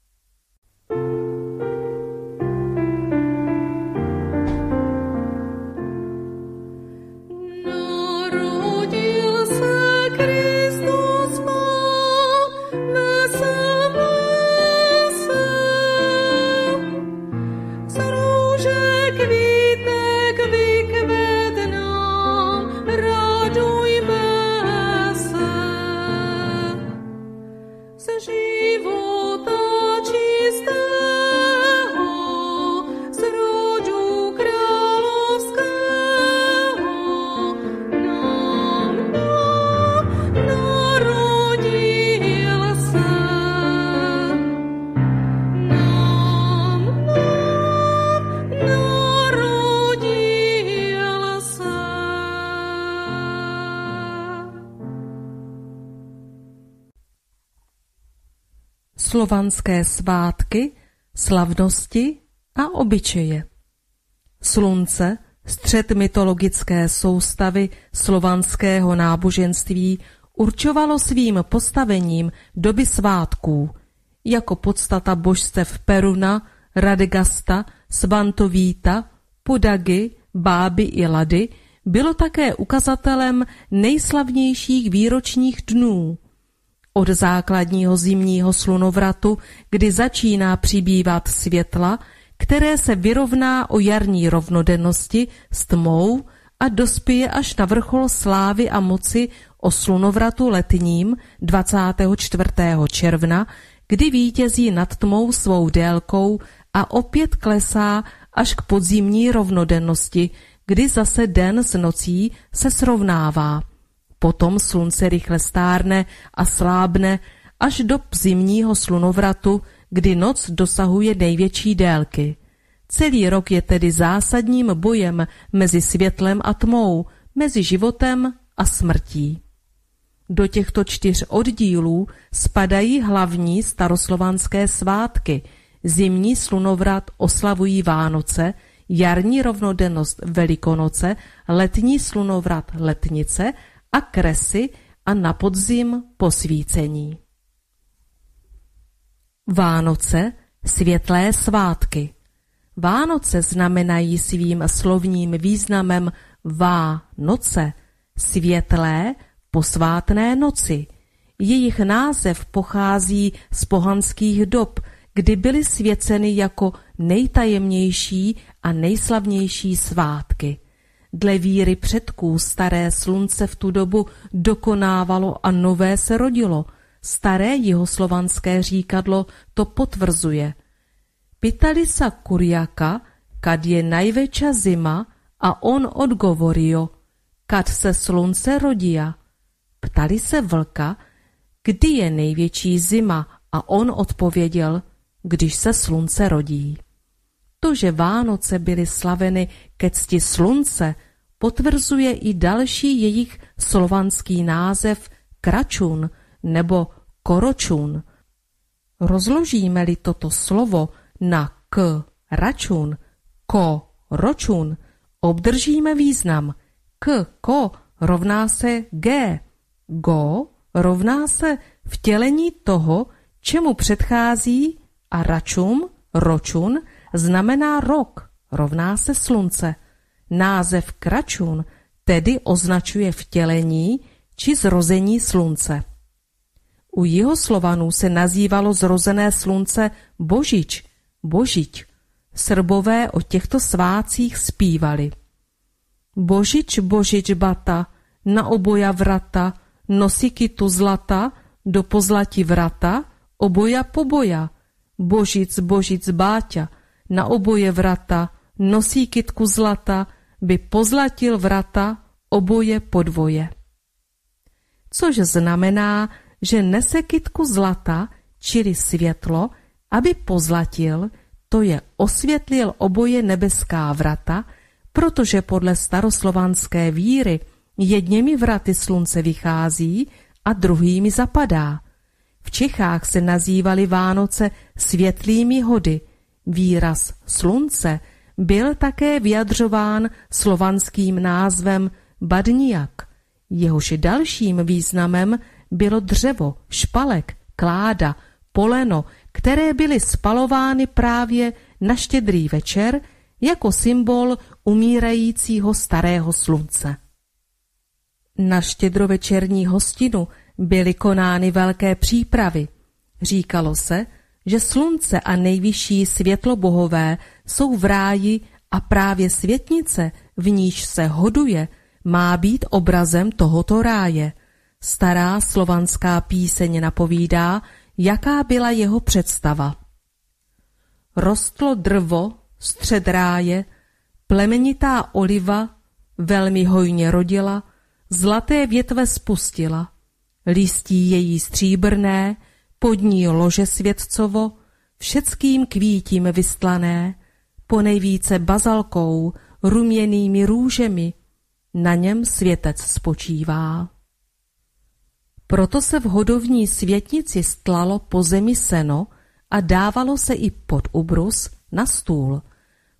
Slovanské svátky, slavnosti a obyčeje. Slunce, Střed mytologické soustavy slovanského náboženství určovalo svým postavením doby svátků, jako podstata božstev Peruna, Radegasta, Svantovíta, Pudagy, Báby i Lady bylo také ukazatelem nejslavnějších výročních dnů. Od základního zimního slunovratu, kdy začíná přibývat světla, které se vyrovná o jarní rovnodennosti s tmou a dospěje až na vrchol slávy a moci o slunovratu letním 24. června, kdy vítězí nad tmou svou délkou a opět klesá až k podzimní rovnodennosti, kdy zase den s nocí se srovnává. Potom slunce rychle stárne a slábne až do zimního slunovratu, kdy noc dosahuje největší délky. Celý rok je tedy zásadním bojem mezi světlem a tmou, mezi životem a smrtí. Do těchto 4 oddílů spadají hlavní staroslovanské svátky. Zimní slunovrat oslavují Vánoce, jarní rovnodennost Velikonoce, letní slunovrat Letnice a kresy a na podzim posvícení. Vánoce, světlé svátky. Vánoce znamenají svým slovním významem Vánoce, světlé, posvátné noci. Jejich název pochází z pohanských dob, kdy byly svěceny jako nejtajemnější a nejslavnější svátky. Dle víry předků staré slunce v tu dobu dokonávalo a nové se rodilo. Staré jihoslovanské říkadlo to potvrzuje. Pitali sa kurjaka, kad je najveća zima, a on odgovorio, kad se slunce rodija. Ptali se vlka, kdy je největší zima, a on odpověděl, když se slunce rodí. To, že Vánoce byly slaveny ke cti slunce, potvrzuje i další jejich slovanský název kračun nebo koročun. Rozložíme-li toto slovo na k račun, ko ročun, obdržíme význam ko rovná se g, go rovná se vtělení toho, čemu předchází, a ročun znamená rok, rovná se slunce. Název kračun tedy označuje vtělení či zrození slunce. U Jihoslovanů se nazývalo zrozené slunce Božič. Srbové o těchto svátcích zpívali. Božič bata, na oboja vrata, nosí kytu zlata, do pozlati vrata, oboja poboja. Božic báťa, na oboje vrata, nosí kytku zlata, by pozlatil vrata, oboje podvoje. Což znamená, že nese kytku zlata, čili světlo, aby pozlatil, to je osvětlil oboje nebeská vrata, protože podle staroslovanské víry jedněmi vraty slunce vychází a druhými zapadá. V Čechách se nazývaly Vánoce světlými hody. Výraz slunce byl také vyjadřován slovanským názvem badnijak. Jehož dalším významem bylo dřevo, špalek, kláda, poleno, které byly spalovány právě na Štědrý večer jako symbol umírajícího starého slunce. Na štědrovečerní hostinu byly konány velké přípravy. Říkalo se, že slunce a nejvyšší světlobohové jsou v ráji a právě světnice, v níž se hoduje, má být obrazem tohoto ráje. Stará slovanská píseň napovídá, jaká byla jeho představa. Rostlo drvo, střed ráje, plemenitá oliva velmi hojně rodila, zlaté větve spustila, listí její stříbrné, pod ní lože světcovo, všeckým kvítím vystlané, ponejvíce bazalkou, ruměnými růžemi, na něm světec spočívá. Proto se v hodovní světnici stlalo po zemi seno a dávalo se i pod ubrus na stůl.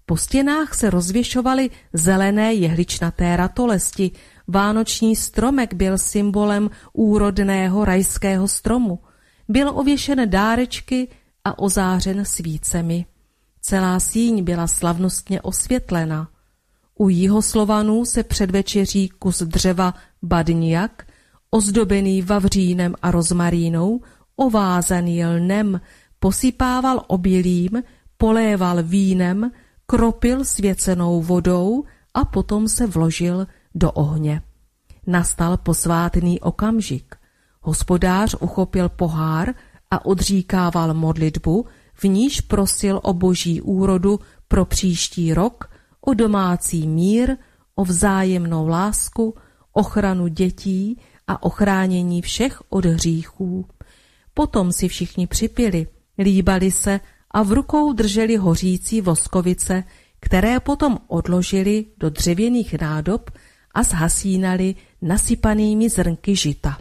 Po stěnách se rozvěšovaly zelené jehličnaté ratolesti. Vánoční stromek byl symbolem úrodného rajského stromu. Byl ověšen dárečky a ozářen svícemi. Celá síň byla slavnostně osvětlena. U Jihoslovanů se předvečeří kus dřeva badniak, ozdobený vavřínem a rozmarínou, ovázaný lnem, posypával obilím, poléval vínem, kropil svěcenou vodou a potom se vložil do ohně. Nastal posvátný okamžik. Hospodář uchopil pohár a odříkával modlitbu, v níž prosil o boží úrodu pro příští rok, o domácí mír, o vzájemnou lásku, ochranu dětí a ochránění všech od hříchů. Potom si všichni připili, líbali se a v rukou drželi hořící voskovice, které potom odložili do dřevěných nádob a zhasínali nasypanými zrnky žita.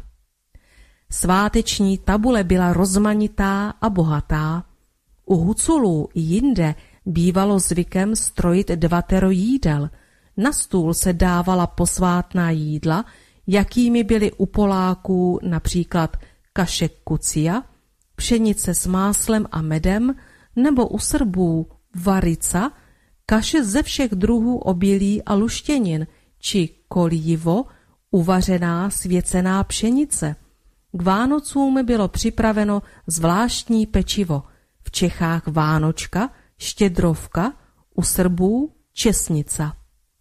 Sváteční tabule byla rozmanitá a bohatá. U Huculů i jinde bývalo zvykem strojit 2 jídel. Na stůl se dávala posvátná jídla, jakými byly u Poláků například kaše kucia, pšenice s máslem a medem, nebo u Srbů varica, kaše ze všech druhů obilí a luštěnin, či kolívo, uvařená svěcená pšenice. K Vánocům bylo připraveno zvláštní pečivo, v Čechách vánočka, štědrovka, u Srbů česnica.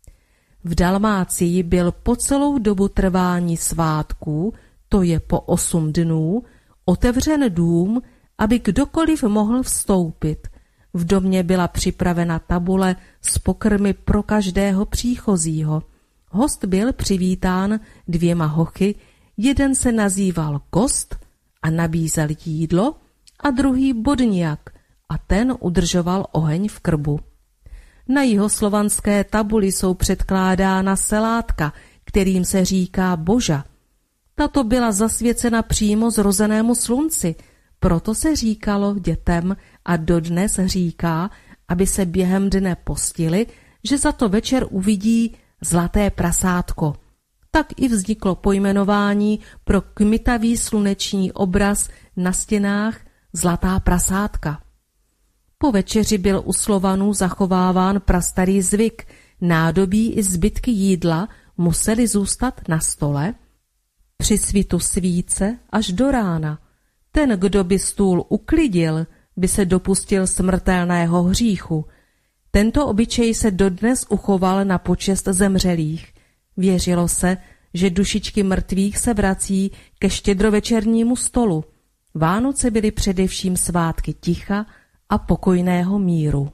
V Dalmácii byl po celou dobu trvání svátků, to je po 8 dnů, otevřen dům, aby kdokoliv mohl vstoupit. V domě byla připravena tabule s pokrmy pro každého příchozího. Host byl přivítán 2 hochy, jeden se nazýval gost a nabízel jídlo, a druhý bodniak a ten udržoval oheň v krbu. Na jihoslovanské tabuli jsou předkládána selátka, kterým se říká boža. Tato byla zasvěcena přímo zrozenému slunci, proto se říkalo dětem a dodnes říká, aby se během dne postili, že za to večer uvidí zlaté prasátko. Tak i vzniklo pojmenování pro kmitavý sluneční obraz na stěnách zlatá prasátka. Po večeři byl u Slovanů zachováván prastarý zvyk, nádobí i zbytky jídla musely zůstat na stole při svitu svíce až do rána. Ten, kdo by stůl uklidil, by se dopustil smrtelného hříchu. Tento obyčej se dodnes uchoval na počest zemřelých. Věřilo se, že dušičky mrtvých se vrací ke štědrovečernímu stolu. Vánoce byly především svátky ticha a pokojného míru.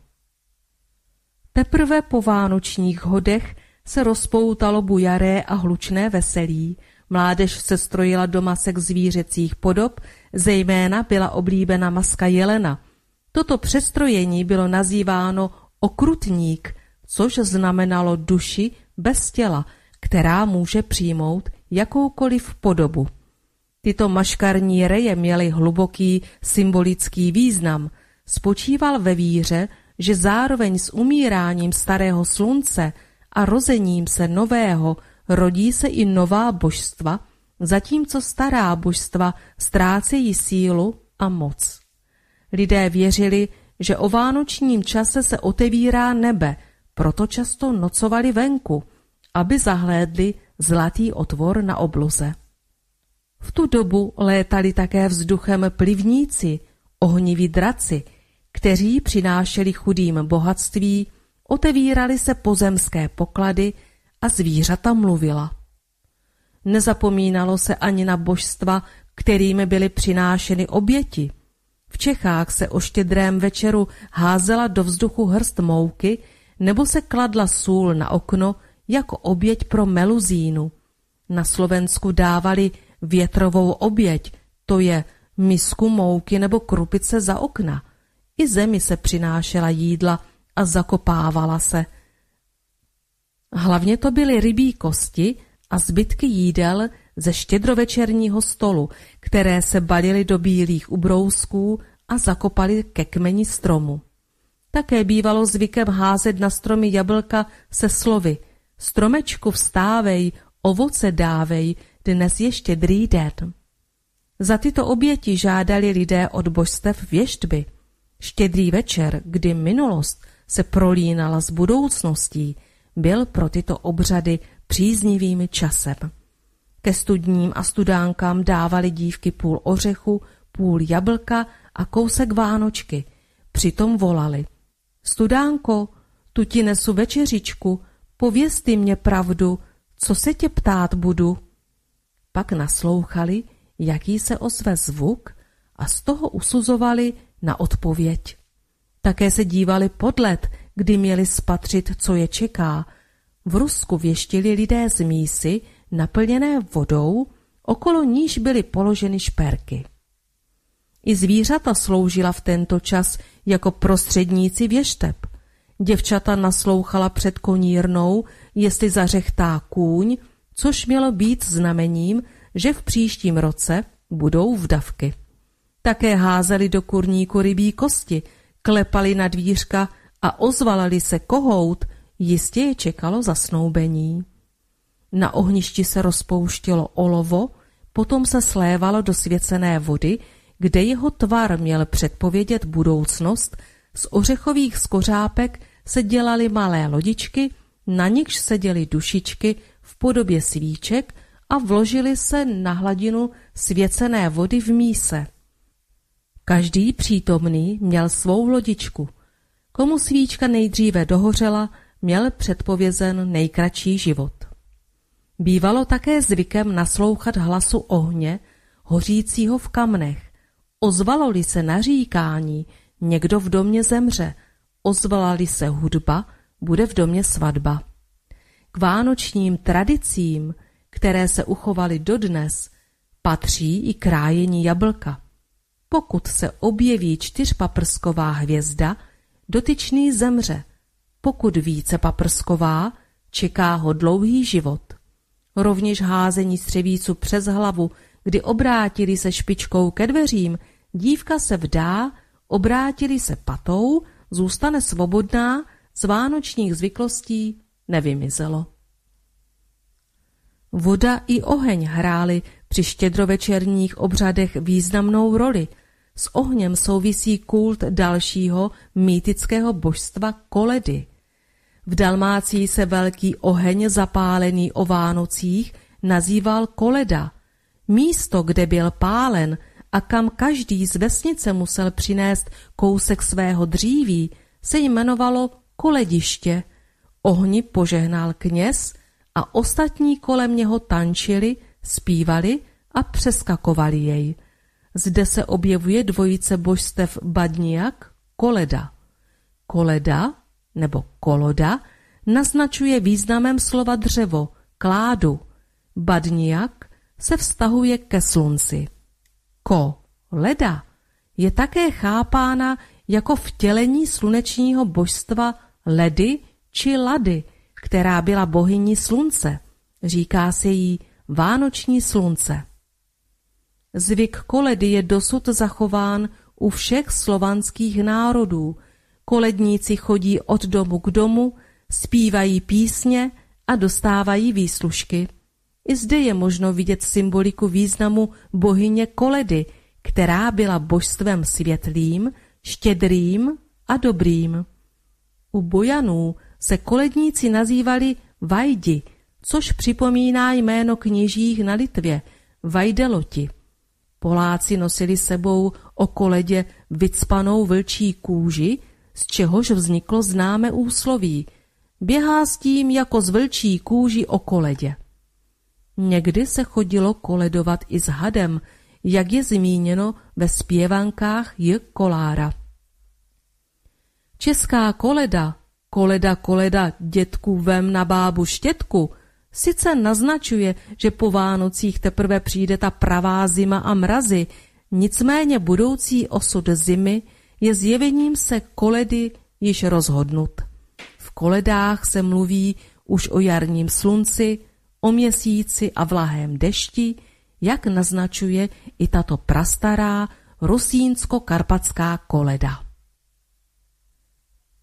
Teprve po vánočních hodech se rozpoutalo bujaré a hlučné veselí. Mládež se strojila do masek zvířecích podob, zejména byla oblíbena maska jelena. Toto přestrojení bylo nazýváno okrutník, což znamenalo duši bez těla, která může přijmout jakoukoliv podobu. Tyto maškarní reje měly hluboký symbolický význam. Spočíval ve víře, že zároveň s umíráním starého slunce a rozením se nového rodí se i nová božstva, zatímco stará božstva ztrácejí sílu a moc. Lidé věřili, že o vánočním čase se otevírá nebe, proto často nocovali venku, aby zahlédli zlatý otvor na obloze. V tu dobu létali také vzduchem plivníci, ohniví draci, kteří přinášeli chudým bohatství, otevírali se pozemské poklady a zvířata mluvila. Nezapomínalo se ani na božstva, kterým byly přinášeny oběti. V Čechách se o štědrém večeru házela do vzduchu hrst mouky nebo se kladla sůl na okno jako oběť pro meluzínu. Na Slovensku dávali větrovou oběť, to je misku mouky nebo krupice za okna. I zemi se přinášela jídla a zakopávala se. Hlavně to byly rybí kosti a zbytky jídel ze štědrovečerního stolu, které se balily do bílých ubrousků a zakopaly ke kmeni stromu. Také bývalo zvykem házet na stromy jablka se slovy: Stromečku vstávej, ovoce dávej, dnes je Štědrý den. Za tyto oběti žádali lidé od božstev věštby. Štědrý večer, kdy minulost se prolínala s budoucností, byl pro tyto obřady příznivým časem. Ke studním a studánkám dávali dívky půl ořechu, půl jablka a kousek vánočky. Přitom volali: Studánko, tu ti nesu večeřičku, pověz ty mě pravdu, co se tě ptát budu. Pak naslouchali, jaký se ozve zvuk, a z toho usuzovali na odpověď. Také se dívali pod led, kdy měli spatřit, co je čeká. V Rusku věštili lidé z mísy, naplněné vodou, okolo níž byly položeny šperky. I zvířata sloužila v tento čas jako prostředníci věšteb. Děvčata naslouchala před konírnou, jestli zařechtá kůň, což mělo být znamením, že v příštím roce budou vdavky. Také házeli do kurníku rybí kosti, klepali na dvířka a ozvalali se kohout, jistě je čekalo zasnoubení. Na ohništi se rozpouštělo olovo, potom se slévalo do svěcené vody, kde jeho tvar měl předpovědět budoucnost. Z ořechových skořápek se dělaly malé lodičky, na nichž seděly dušičky v podobě svíček a vložily se na hladinu svěcené vody v míse. Každý přítomný měl svou lodičku. Komu svíčka nejdříve dohořela, měl předpovězen nejkratší život. Bývalo také zvykem naslouchat hlasu ohně, hořícího v kamnech. Ozvalo-li se naříkání, někdo v domě zemře, ozvala-li se hudba, bude v domě svatba. K vánočním tradicím, které se uchovaly dodnes, patří i krájení jablka. Pokud se objeví čtyřpaprsková hvězda, dotyčný zemře. Pokud vícepaprsková, čeká ho dlouhý život. Rovněž házení střevíců přes hlavu, kdy obrátili se špičkou ke dveřím, dívka se vdá, obrátili se patou, zůstane svobodná, z vánočních zvyklostí nevymizelo. Voda i oheň hrály při štědrovečerních obřadech významnou roli. S ohněm souvisí kult dalšího mýtického božstva Koledy. V Dalmácii se velký oheň zapálený o Vánocích nazýval Koleda. Místo, kde byl pálen a kam každý z vesnice musel přinést kousek svého dříví, se jmenovalo kolediště. Ohni požehnal kněz a ostatní kolem něho tančili, zpívali a přeskakovali jej. Zde se objevuje dvojice božstev Badniak, Koleda. Koleda nebo koloda naznačuje významem slova dřevo, kládu. Badniak se vztahuje ke slunci. Koleda je také chápána jako vtělení slunečního božstva Ledy či Lady, která byla bohyní slunce. Říká se jí vánoční slunce. Zvyk koledy je dosud zachován u všech slovanských národů. Koledníci chodí od domu k domu, zpívají písně a dostávají výslužky. I zde je možno vidět symboliku významu bohyně Koledy, která byla božstvem světlým, štědrým a dobrým. U Bojanů se koledníci nazývali Vajdi, což připomíná jméno kněžích na Litvě, Vajdeloti. Poláci nosili sebou o koledě vycpanou vlčí kůži, z čehož vzniklo známé úsloví. Běhá s tím jako z vlčí kůži o koledě. Někdy se chodilo koledovat i s hadem, jak je zmíněno ve zpěvankách J. Kolára. Česká koleda, koleda, koleda, dětku vem na bábu štětku, sice naznačuje, že po Vánocích teprve přijde ta pravá zima a mrazy, nicméně budoucí osud zimy je zjevením se koledy již rozhodnut. V koledách se mluví už o jarním slunci, o měsíci a vlahém dešti, jak naznačuje i tato prastará rusínsko-karpatská koleda.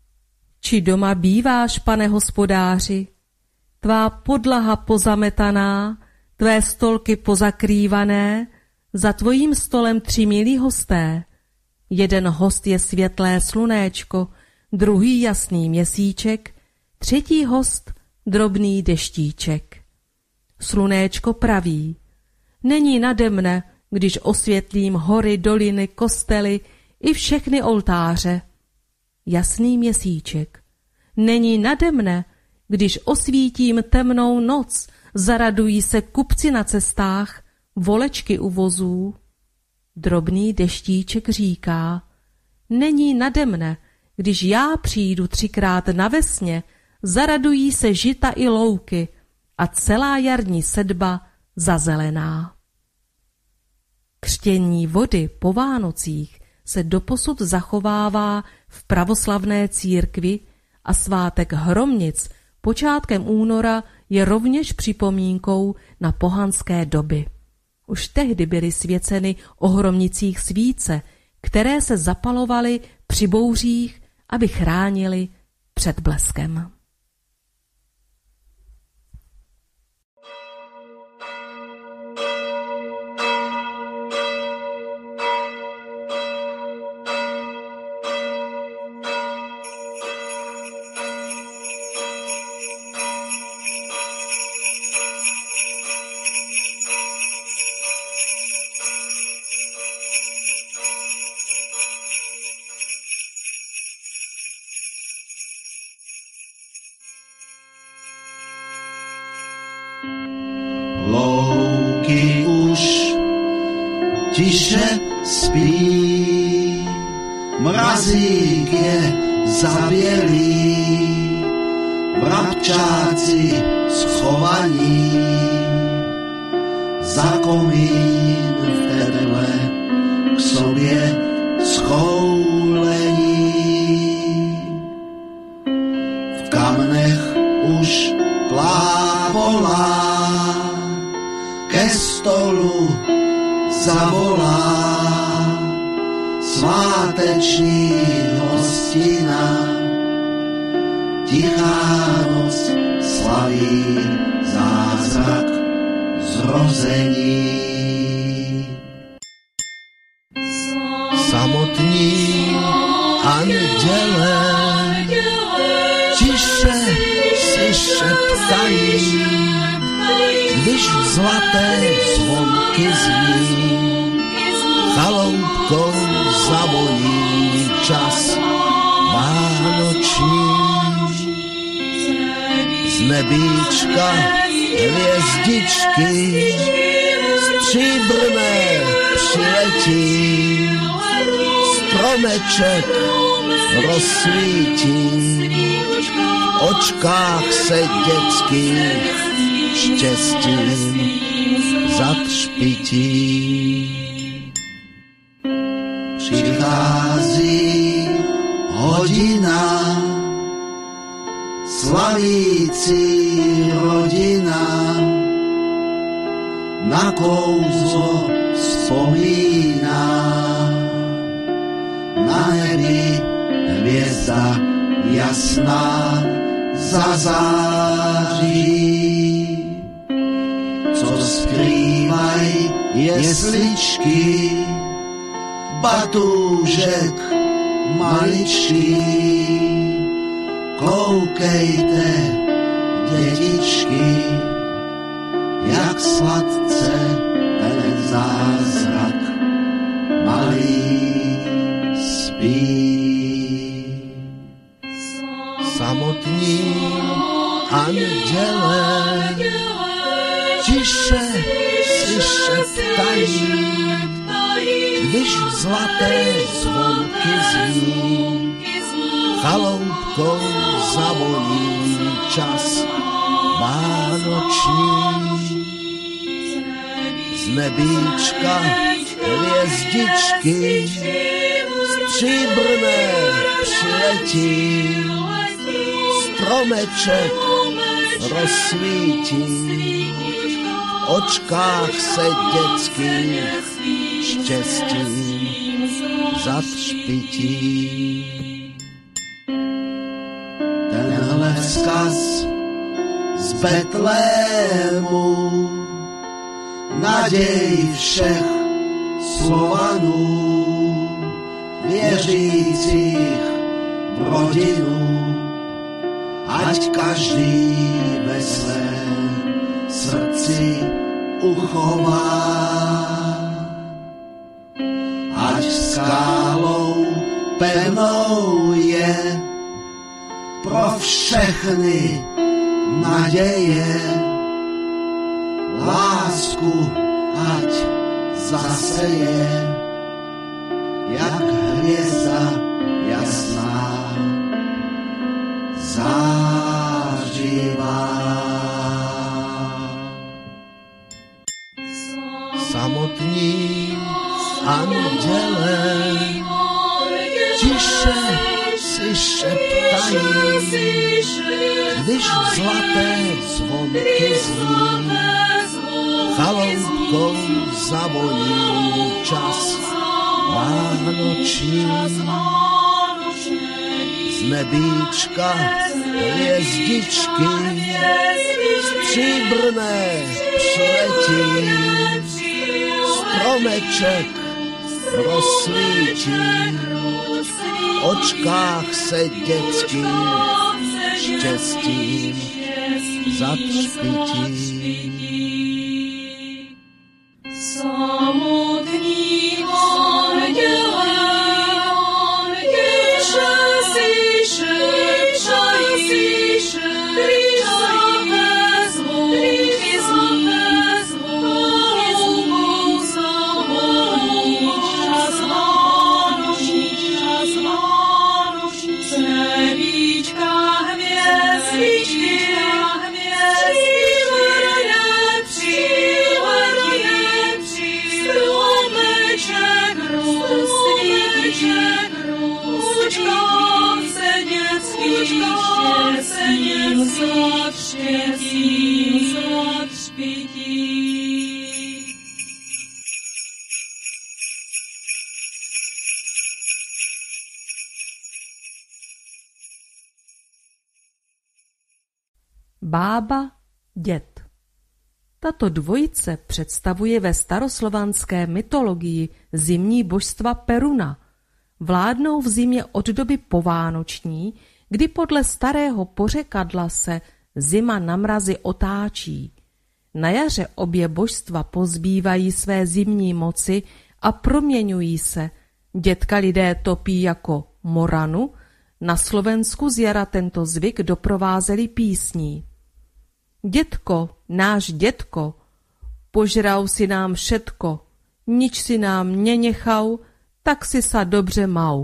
či doma býváš, pane hospodáři? Tvá podlaha pozametaná, tvé stolky pozakrývané, za tvojím stolem 3 milí hosté. Jeden host je světlé slunéčko, druhý jasný měsíček, třetí host drobný deštíček. Slunéčko praví: není nade mne, když osvětlím hory, doliny, kostely i všechny oltáře. Jasný měsíček: není nade mne, když osvítím temnou noc, zaradují se kupci na cestách, volečky u vozů. Drobný deštíček říká: není nade mne, když já přijdu 3krát na vesně, zaradují se žita i louky a celá jarní sedba zazelená. Křtění vody po Vánocích se doposud zachovává v pravoslavné církvi a svátek Hromnic počátkem února je rovněž připomínkou na pohanské doby. Už tehdy byly svěceny o Hromnicích svíce, které se zapalovaly při bouřích, aby chránily před bleskem. Louky už tiše spí, mrazík je zabělý, vrabčáci schovaní, za komín v tedle k sobě schoulení. V kamnech už plávolá, ke stolu zavolá, sváteční hostina, tichá noc slaví zázrak zrození. Samotní anděle tiše si šeptají, když zlaté zvonky zní, chaloupkou zavoní čas vánoční. Z nebíčka hvězdičky stříbrné přiletí, stromeček rozsvítí, v očkách se dětských štěstím zatřpití. Přichází hodina, slavící rodina, na kouzlo vzpomíná, na nebi hvězda jasná zazáří. Co skrývaj jesličky, batůžek maličký, koukejte, dětičky, jak sladce ten zázrak malý spí. Samotní anděle tiše si šeptají, když zlaté zvonky zní, chaloupkou zavoní čas vánoční. Z nebíčka hvězdičky stříbrné přiletí, stromeček rozsvítí, v očkách se dětských štěstím zatřpití. hlas z Betlému, naděj všech Slovanů, věřících v rodinu, ať každý ve svém srdci uchová. Ať skálou pevnou je pro všechny naděje, lásku ať zaseje, jak hvězda jasná, zářivá. Samotní anděle tiše si šeptají, když zlaté zvonky zní, chaloupkou zavoní čas vánoční. Z nebíčka hvězdičky stříbrné přiletí, stromeček rozsvítí, v očkách se dětským štěstím zatřpití. Samotní anděle tiše si šeptají, když zlaté zvonky chaloupkou zavoní čas vánoční. Z nebíčka hvězdičky stromeček rozsvítí, se dětským štěstím zatřpití. Bába, děd. Tato dvojice představuje ve staroslovanské mytologii zimní božstva Peruna. Vládnou v zimě od doby povánoční, kdy podle starého pořekadla se zima na mrazi otáčí. Na jaře obě božstva pozbývají své zimní moci a proměňují se. Dědka lidé topí jako moranu, na Slovensku z jara tento zvyk doprovázeli písní. Dědko, náš dědko, požral si nám všetko, nič si nám nenechal, tak si sa dobře mau.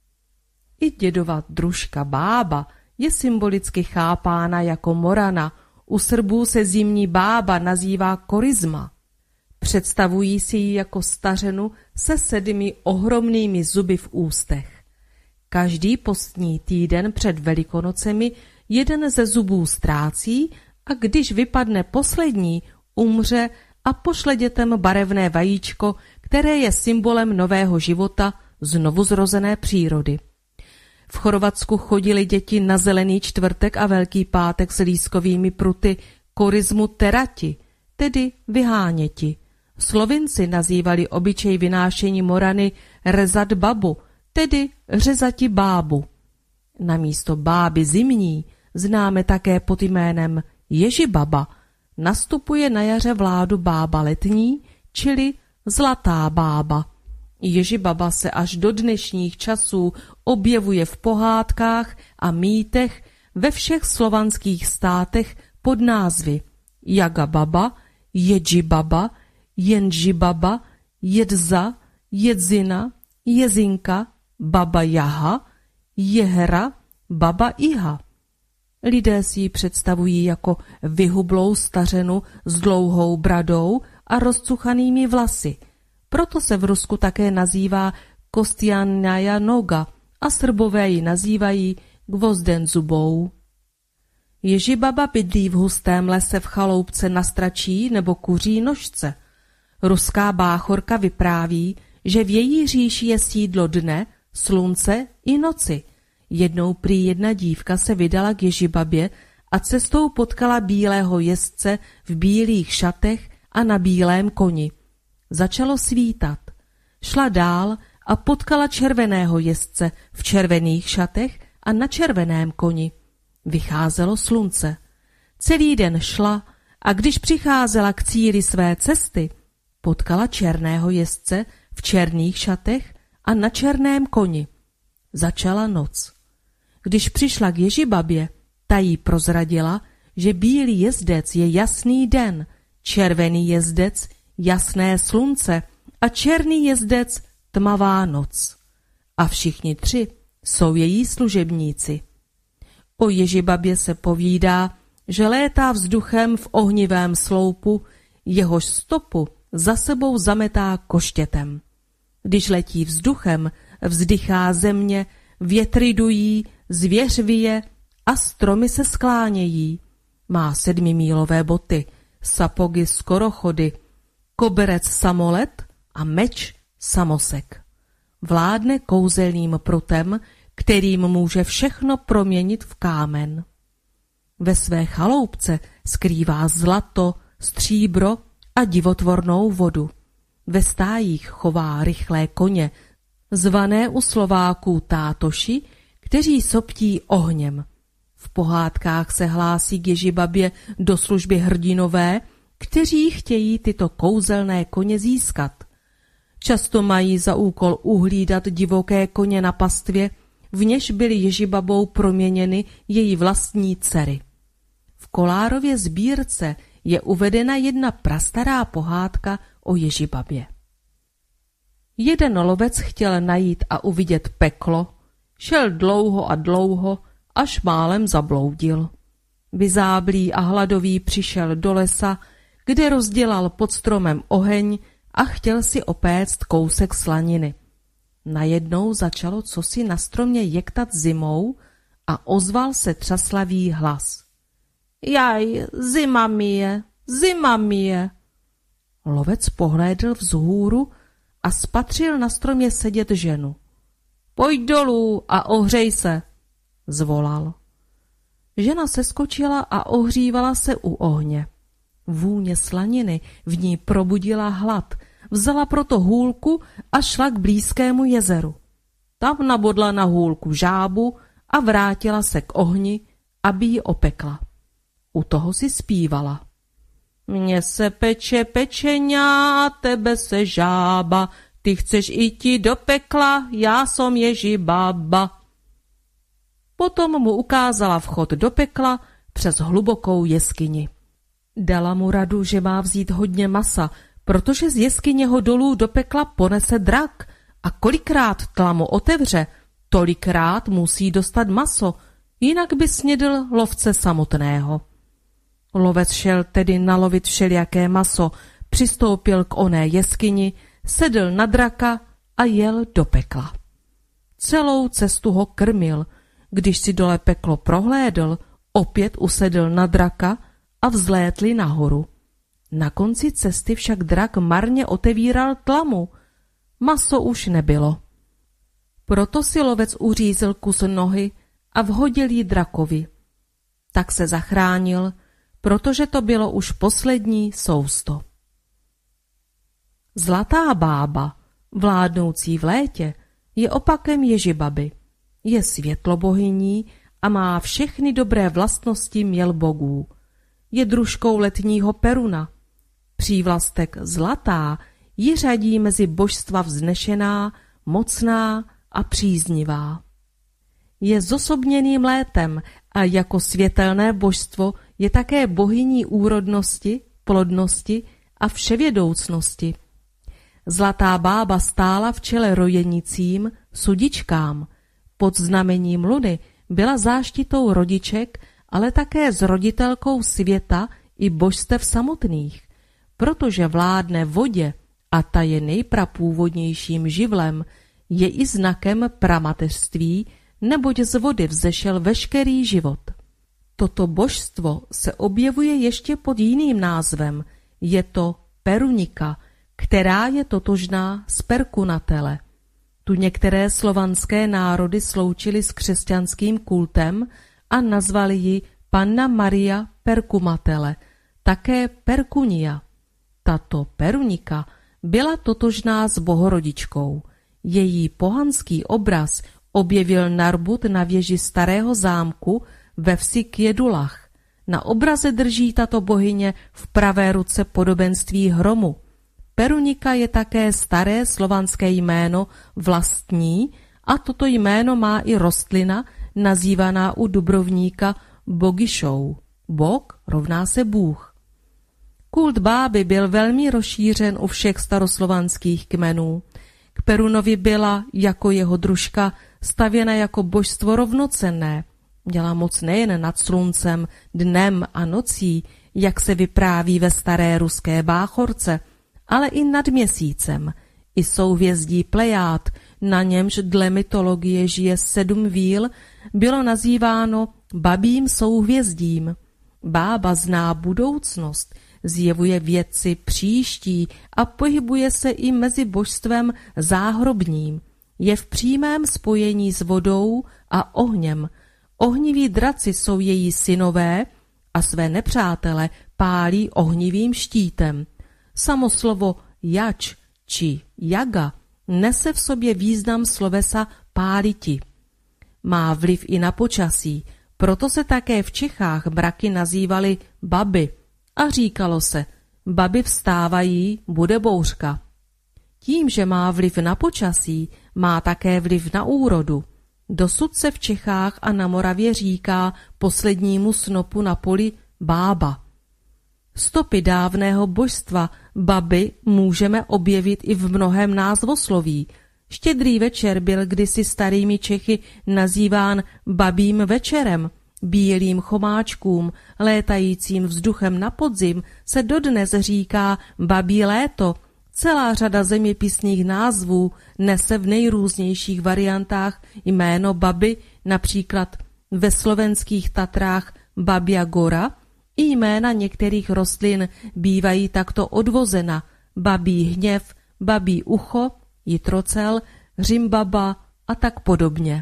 I dědova družka bába je symbolicky chápána jako morana, u Srbů se zimní bába nazývá korizma. Představují si ji jako stařenu se 7 ohromnými zuby v ústech. Každý postní týden před Velikonocemi jeden ze zubů ztrácí a když vypadne poslední, umře a pošle dětem barevné vajíčko, které je symbolem nového života znovuzrozené přírody. V Chorvatsku chodili děti na Zelený čtvrtek a Velký pátek s lískovými pruty korizmu terati, tedy vyháněti. Slovinci nazývali obyčej vynášení morany rezat babu, tedy řezati bábu. Namísto báby zimní známe také pod jménem Ježibaba, nastupuje na jaře vládu bába letní, čili zlatá bába. Ježibaba se až do dnešních časů objevuje v pohádkách a mýtech ve všech slovanských státech pod názvy Jagababa, Jedžibaba, Jenžibaba, Jedza, Jedzina, Jezinka, Baba Jaha, Jehra, Baba Iha. Lidé si ji představují jako vyhublou stařenu s dlouhou bradou a rozcuchanými vlasy. Proto se v Rusku také nazývá Kostjannaja noga a Srbové ji nazývají Gvozdenzubou. Ježibaba bydlí v hustém lese v chaloupce na stračí nebo kuří nožce. Ruská báchorka vypráví, že v její říši je sídlo dne, slunce i noci. Jednou prý jedna dívka se vydala k Ježibabě a cestou potkala bílého jezdce v bílých šatech a na bílém koni. Začalo svítat. Šla dál a potkala červeného jezdce v červených šatech a na červeném koni. Vycházelo slunce. Celý den šla a když přicházela k cíli své cesty, potkala černého jezdce v černých šatech a na černém koni. Začala noc. Když přišla k Ježibabě, ta jí prozradila, že bílý jezdec je jasný den, červený jezdec jasné slunce a černý jezdec tmavá noc. A všichni tři jsou její služebníci. O Ježibabě se povídá, že létá vzduchem v ohnivém sloupu, jehož stopu za sebou zametá koštětem. Když letí vzduchem, vzdychá země, větry dují, zvěř vyje a stromy se sklánějí. Má 7mílové boty, sapogy skorochody, koberec samolet a meč samosek. Vládne kouzelným prutem, kterým může všechno proměnit v kámen. Ve své chaloupce skrývá zlato, stříbro a divotvornou vodu. Ve stájích chová rychlé koně, zvané u Slováků tátoši, kteří soptí ohněm. V pohádkách se hlásí k Ježibabě do služby hrdinové, kteří chtějí tyto kouzelné koně získat. Často mají za úkol uhlídat divoké koně na pastvě, v něž byly Ježibabou proměněny její vlastní dcery. V Kolárově sbírce je uvedena jedna prastará pohádka o Ježibabě. Jeden lovec chtěl najít a uvidět peklo, šel dlouho a dlouho, až málem zabloudil. Vyzáblý a hladový přišel do lesa, kde rozdělal pod stromem oheň a chtěl si opéct kousek slaniny. Najednou začalo cosi na stromě jektat zimou a ozval se třaslavý hlas. Jaj, zima mi je, zima mi je. Lovec pohlédl vzhůru a spatřil na stromě sedět ženu. Pojď dolů a ohřej se, zvolal. Žena seskočila a ohřívala se u ohně. Vůně slaniny v ní probudila hlad, vzala proto hůlku a šla k blízkému jezeru. Tam nabodla na hůlku žábu a vrátila se k ohni, aby ji opekla. U toho si zpívala. Mně se peče pečeňa, a tebe se žába, ty chceš jít do pekla, já som Ježibaba. Potom mu ukázala vchod do pekla přes hlubokou jeskyni. Dala mu radu, že má vzít hodně masa, protože z jeskyně ho dolů do pekla ponese drak a kolikrát tlamu otevře, tolikrát musí dostat maso, jinak by snědl lovce samotného. Lovec šel tedy nalovit všelijaké maso, přistoupil k oné jeskyni, sedl na draka a jel do pekla. Celou cestu ho krmil, když si dole peklo prohlédl, opět usedl na draka a vzlétli nahoru. Na konci cesty však drak marně otevíral tlamu. Maso už nebylo. Proto si lovec uřízl kus nohy a vhodil ji drakovi. Tak se zachránil, protože to bylo už poslední sousto. Zlatá bába, vládnoucí v létě, je opakem Ježibaby. Je světlobohyní a má všechny dobré vlastnosti měl bogů. Je družkou letního Peruna. Přívlastek zlatá ji řadí mezi božstva vznešená, mocná a příznivá. Je zosobněným létem a jako světelné božstvo je také bohyní úrodnosti, plodnosti a vševědoucnosti. Zlatá bába stála v čele rojenicím, sudičkám. Pod znamením luny byla záštitou rodiček, ale také s roditelkou světa i božstev samotných, protože vládne vodě a ta je nejprapůvodnějším živlem, je i znakem pramateřství, neboť z vody vzešel veškerý život. Toto božstvo se objevuje ještě pod jiným názvem, je to Perunika, která je totožná s Perkunatele. Tu některé slovanské národy sloučily s křesťanským kultem a nazvali ji Panna Maria Perkumatele, také Perkunia. Tato Perunika byla totožná s Bohorodičkou. Její pohanský obraz objevil Narbut na věži starého zámku ve vsi Kjedulach. Na obraze drží tato bohyně v pravé ruce podobenství hromu. Perunika je také staré slovanské jméno vlastní a toto jméno má i rostlina nazývaná u Dubrovníka Bogišou. Bog rovná se Bůh. Kult báby byl velmi rozšířen u všech staroslovanských kmenů. K Perunovi byla, jako jeho družka, stavěna jako božstvo rovnocenné. Měla moc nejen nad sluncem, dnem a nocí, jak se vypráví ve staré ruské báchorce, ale i nad měsícem. I souhvězdí Plejád, na němž dle mytologie žije 7 víl, bylo nazýváno babím souhvězdím. Bába zná budoucnost, zjevuje věci příští a pohybuje se i mezi božstvem záhrobním. Je v přímém spojení s vodou a ohněm. Ohniví draci jsou její synové a své nepřátele pálí ohnivým štítem. Samo slovo jač či jaga nese v sobě význam slovesa páliti. Má vliv i na počasí, proto se také v Čechách mraky nazývaly baby a říkalo se, baby vstávají, bude bouřka. Tím, že má vliv na počasí, má také vliv na úrodu. Dosud se v Čechách a na Moravě říká poslednímu snopu na poli bába. Stopy dávného božstva baby můžeme objevit i v mnohém názvosloví. Štědrý večer byl kdysi starými Čechy nazýván babím večerem. Bílým chomáčkům, létajícím vzduchem na podzim se dodnes říká babí léto. Celá řada zeměpisných názvů nese v nejrůznějších variantách jméno baby, například ve slovenských Tatrách Babia Gora, i jména některých rostlin bývají takto odvozena: babí hněv, babí ucho, jitrocel, řimbaba a tak podobně.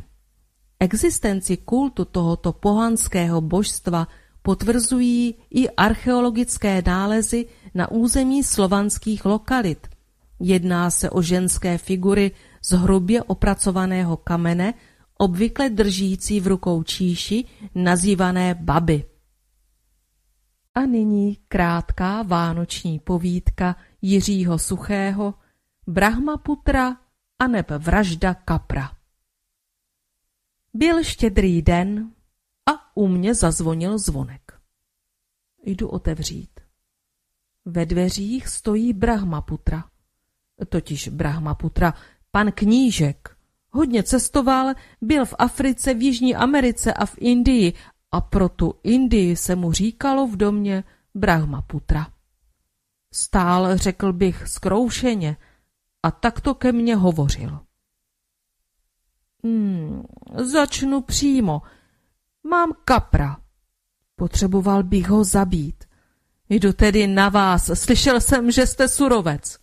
Existenci kultu tohoto pohanského božstva potvrzují i archeologické nálezy na území slovanských lokalit. Jedná se o ženské figury z hrubě opracovaného kamene, obvykle držící v rukou číši, nazývané baby. A nyní krátká vánoční povídka Jiřího Suchého, Brahmaputra aneb vražda kapra. Byl štědrý den a u mě zazvonil zvonek. Jdu otevřít. Ve dveřích stojí Brahmaputra. Totiž Brahmaputra, pan knížek. Hodně cestoval, byl v Africe, v Jižní Americe a v Indii a pro tu Indii se mu říkalo v domě Brahmaputra. Stál, řekl bych, zkroušeně a takto ke mně hovořil. Začnu přímo. Mám kapra. Potřeboval bych ho zabít. Jdu tedy na vás. Slyšel jsem, že jste surovec.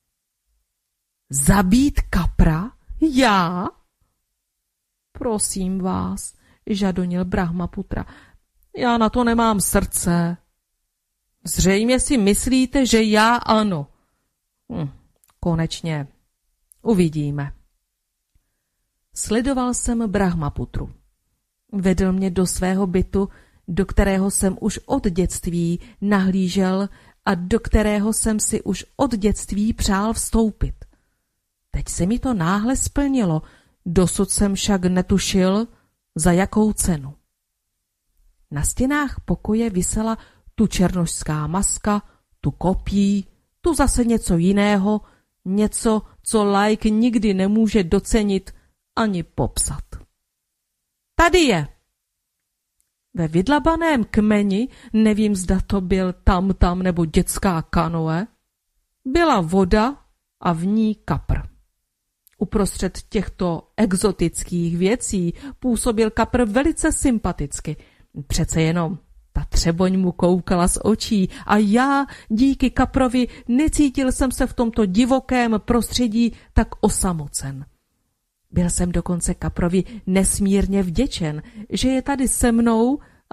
Zabít kapra? Já? Prosím vás, žadonil Brahmaputra. Já na to nemám srdce. Zřejmě si myslíte, že já ano. Konečně. Uvidíme. Sledoval jsem Brahmaputru. Vedl mě do svého bytu, do kterého jsem už od dětství nahlížel a do kterého jsem si už od dětství přál vstoupit. Teď se mi to náhle splnilo, dosud jsem však netušil, za jakou cenu. Na stěnách pokoje visela tu černošská maska, tu kopí, tu zase něco jiného, něco, co laik nikdy nemůže docenit ani popsat. Tady je! Ve vydlabaném kmeni, nevím, zda to byl tam nebo dětská kanoe, byla voda a v ní kapr. Uprostřed těchto exotických věcí působil kapr velice sympaticky. Přece jenom ta třeboň mu koukala z očí a já díky kaprovi necítil jsem se v tomto divokém prostředí tak osamocen. Byl jsem dokonce kaprovi nesmírně vděčen, že je tady se mnou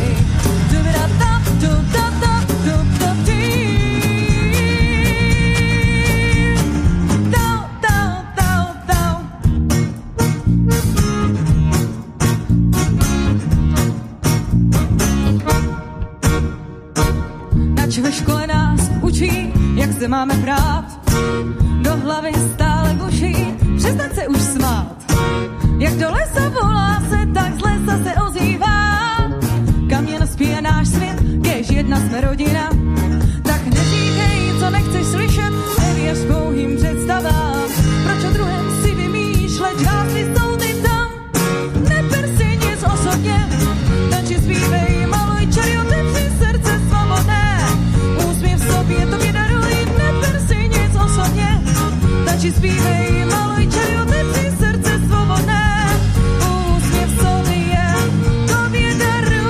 Du-bi-da-da-du, máme brát. Do hlavy stále buší, přestat se už smát. Jak do lesa volá se, tak z lesa se ozývá. Kam jen spěje náš svět, kež jedna jsme rodina. Tak neříkej, co nechceš slyšet, nevěř pouhým představám. Proč o druhém si vymýšlet, žásty jsou ty tam. Neber si nic osobně, tači zpívej, maluj čary, otevři srdce svobodné. Úsměv sobě tobě daruj, neber si nic osobně, tači zpívej, maluj čary, otevři srdce svobodné. Úsměv sobě tobě daruj.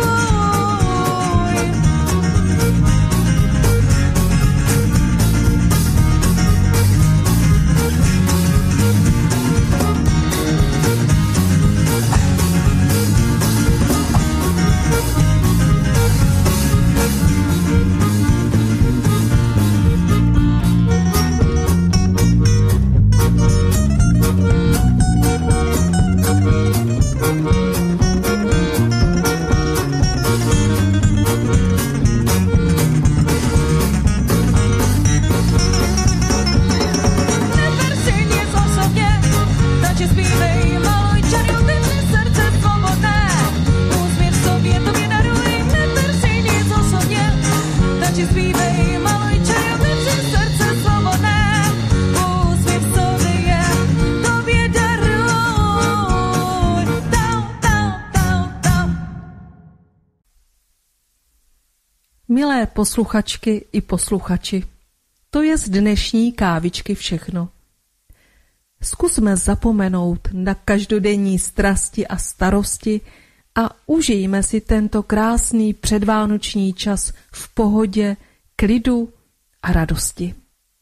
Milé posluchačky i posluchači, to je z dnešní kávičky všechno. Zkusme zapomenout na každodenní strasti a starosti a užijme si tento krásný předvánoční čas v pohodě, klidu a radosti.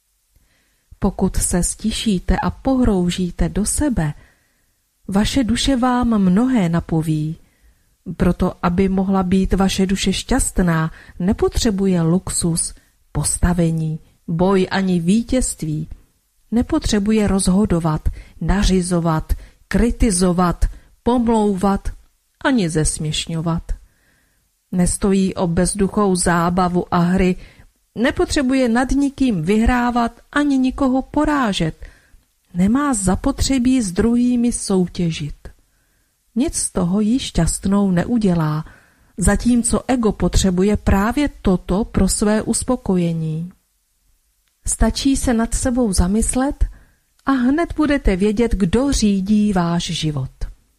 Pokud se stišíte a pohroužíte do sebe, vaše duše vám mnohé napoví. Proto, aby mohla být vaše duše šťastná, nepotřebuje luxus, postavení, boj ani vítězství. Nepotřebuje rozhodovat, nařizovat, kritizovat, pomlouvat ani zesměšňovat. Nestojí o bezduchou zábavu a hry, nepotřebuje nad nikým vyhrávat ani nikoho porážet. Nemá zapotřebí s druhými soutěžit. Nic z toho jí šťastnou neudělá, zatímco ego potřebuje právě toto pro své uspokojení. Stačí se nad sebou zamyslet a hned budete vědět, kdo řídí váš život.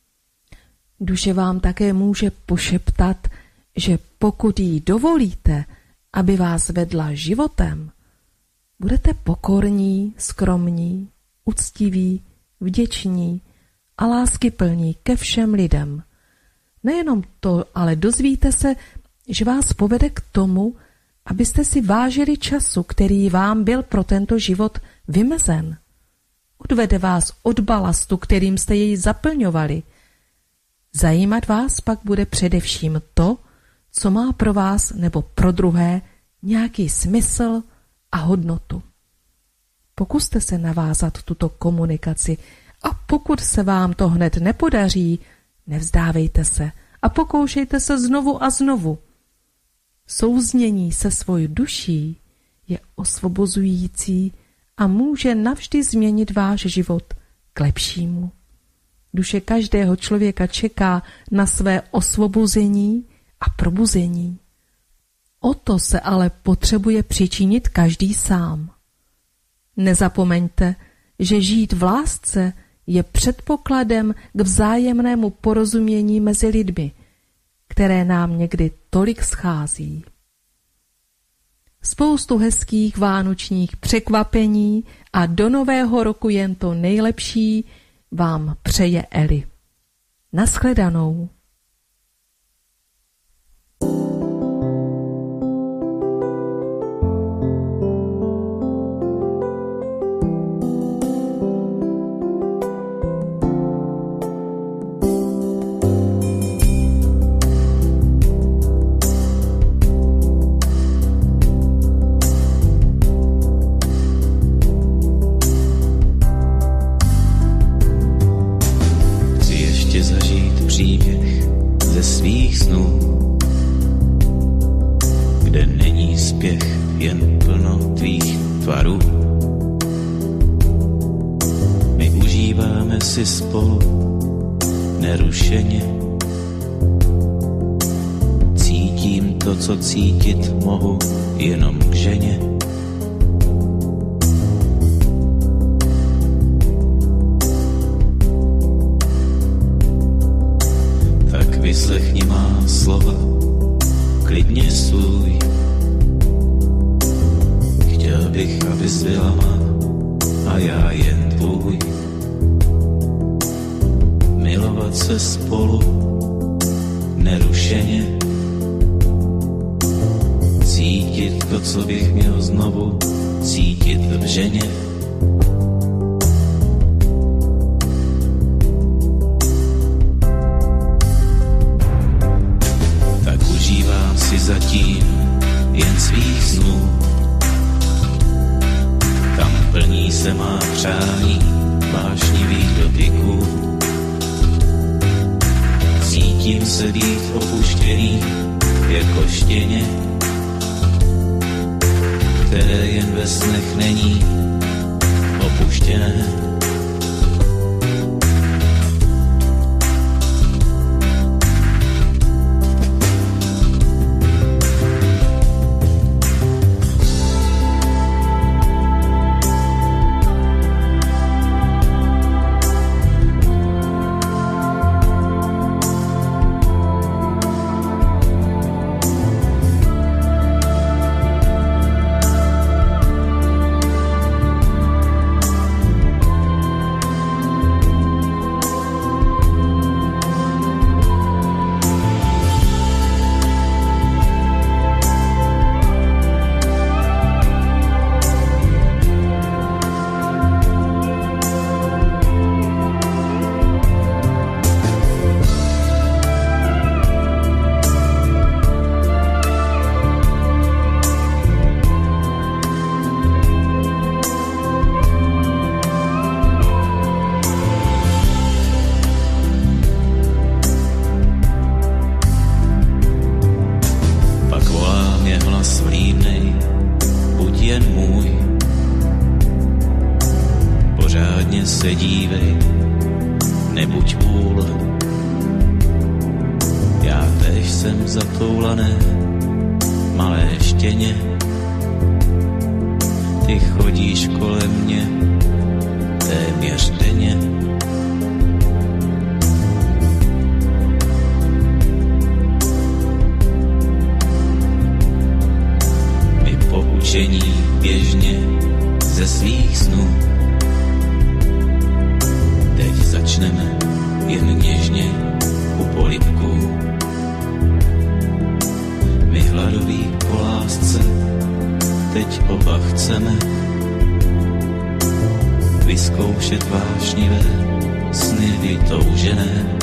Duše vám také může pošeptat, že pokud jí dovolíte, aby vás vedla životem, budete pokorní, skromní, uctiví, vděční a láskyplní ke všem lidem. Nejenom to, ale dozvíte se, že vás povede k tomu, abyste si vážili času, který vám byl pro tento život vymezen. Odvede vás od balastu, kterým jste jej zaplňovali. Zajímat vás pak bude především to, co má pro vás nebo pro druhé nějaký smysl a hodnotu. Pokuste se navázat tuto komunikaci a pokud se vám to hned nepodaří, nevzdávejte se a pokoušejte se znovu a znovu. Souznění se svojí duší je osvobozující a může navždy změnit váš život k lepšímu. Duše každého člověka čeká na své osvobození a probuzení. O to se ale potřebuje přičinit každý sám. Nezapomeňte, že žít v lásce je předpokladem k vzájemnému porozumění mezi lidmi, které nám někdy tolik schází. Spoustu hezkých vánočních překvapení a do nového roku jen to nejlepší vám přeje Eli. Naschledanou. Zažít příběh jsme si spolu nerušeně. Cítím to, co cítit mohu jenom k ženě. Tak vyslechni má slova, klidně stůj. Chtěl bych, abys byla má a já jen tvůj. Milovat se spolu nerušeně. Cítit to, co bych měl znovu cítit v ženě. Tak užívám si zatím jen svých snů. Tam plní se má přání vášnivých dotyků. Cítím se být opuštěný jako štěně, které jen ve snech není opuštěné. Se dívej, nebuď vůl. Já též jsem zatoulané malé štěně. Ty chodíš kolem mě téměř denně. My poučení běžně ze svých snů. Teď začneme jen něžně u polibků. My hladoví po lásce teď oba chceme vyzkoušet vášnivé sny vytoužené.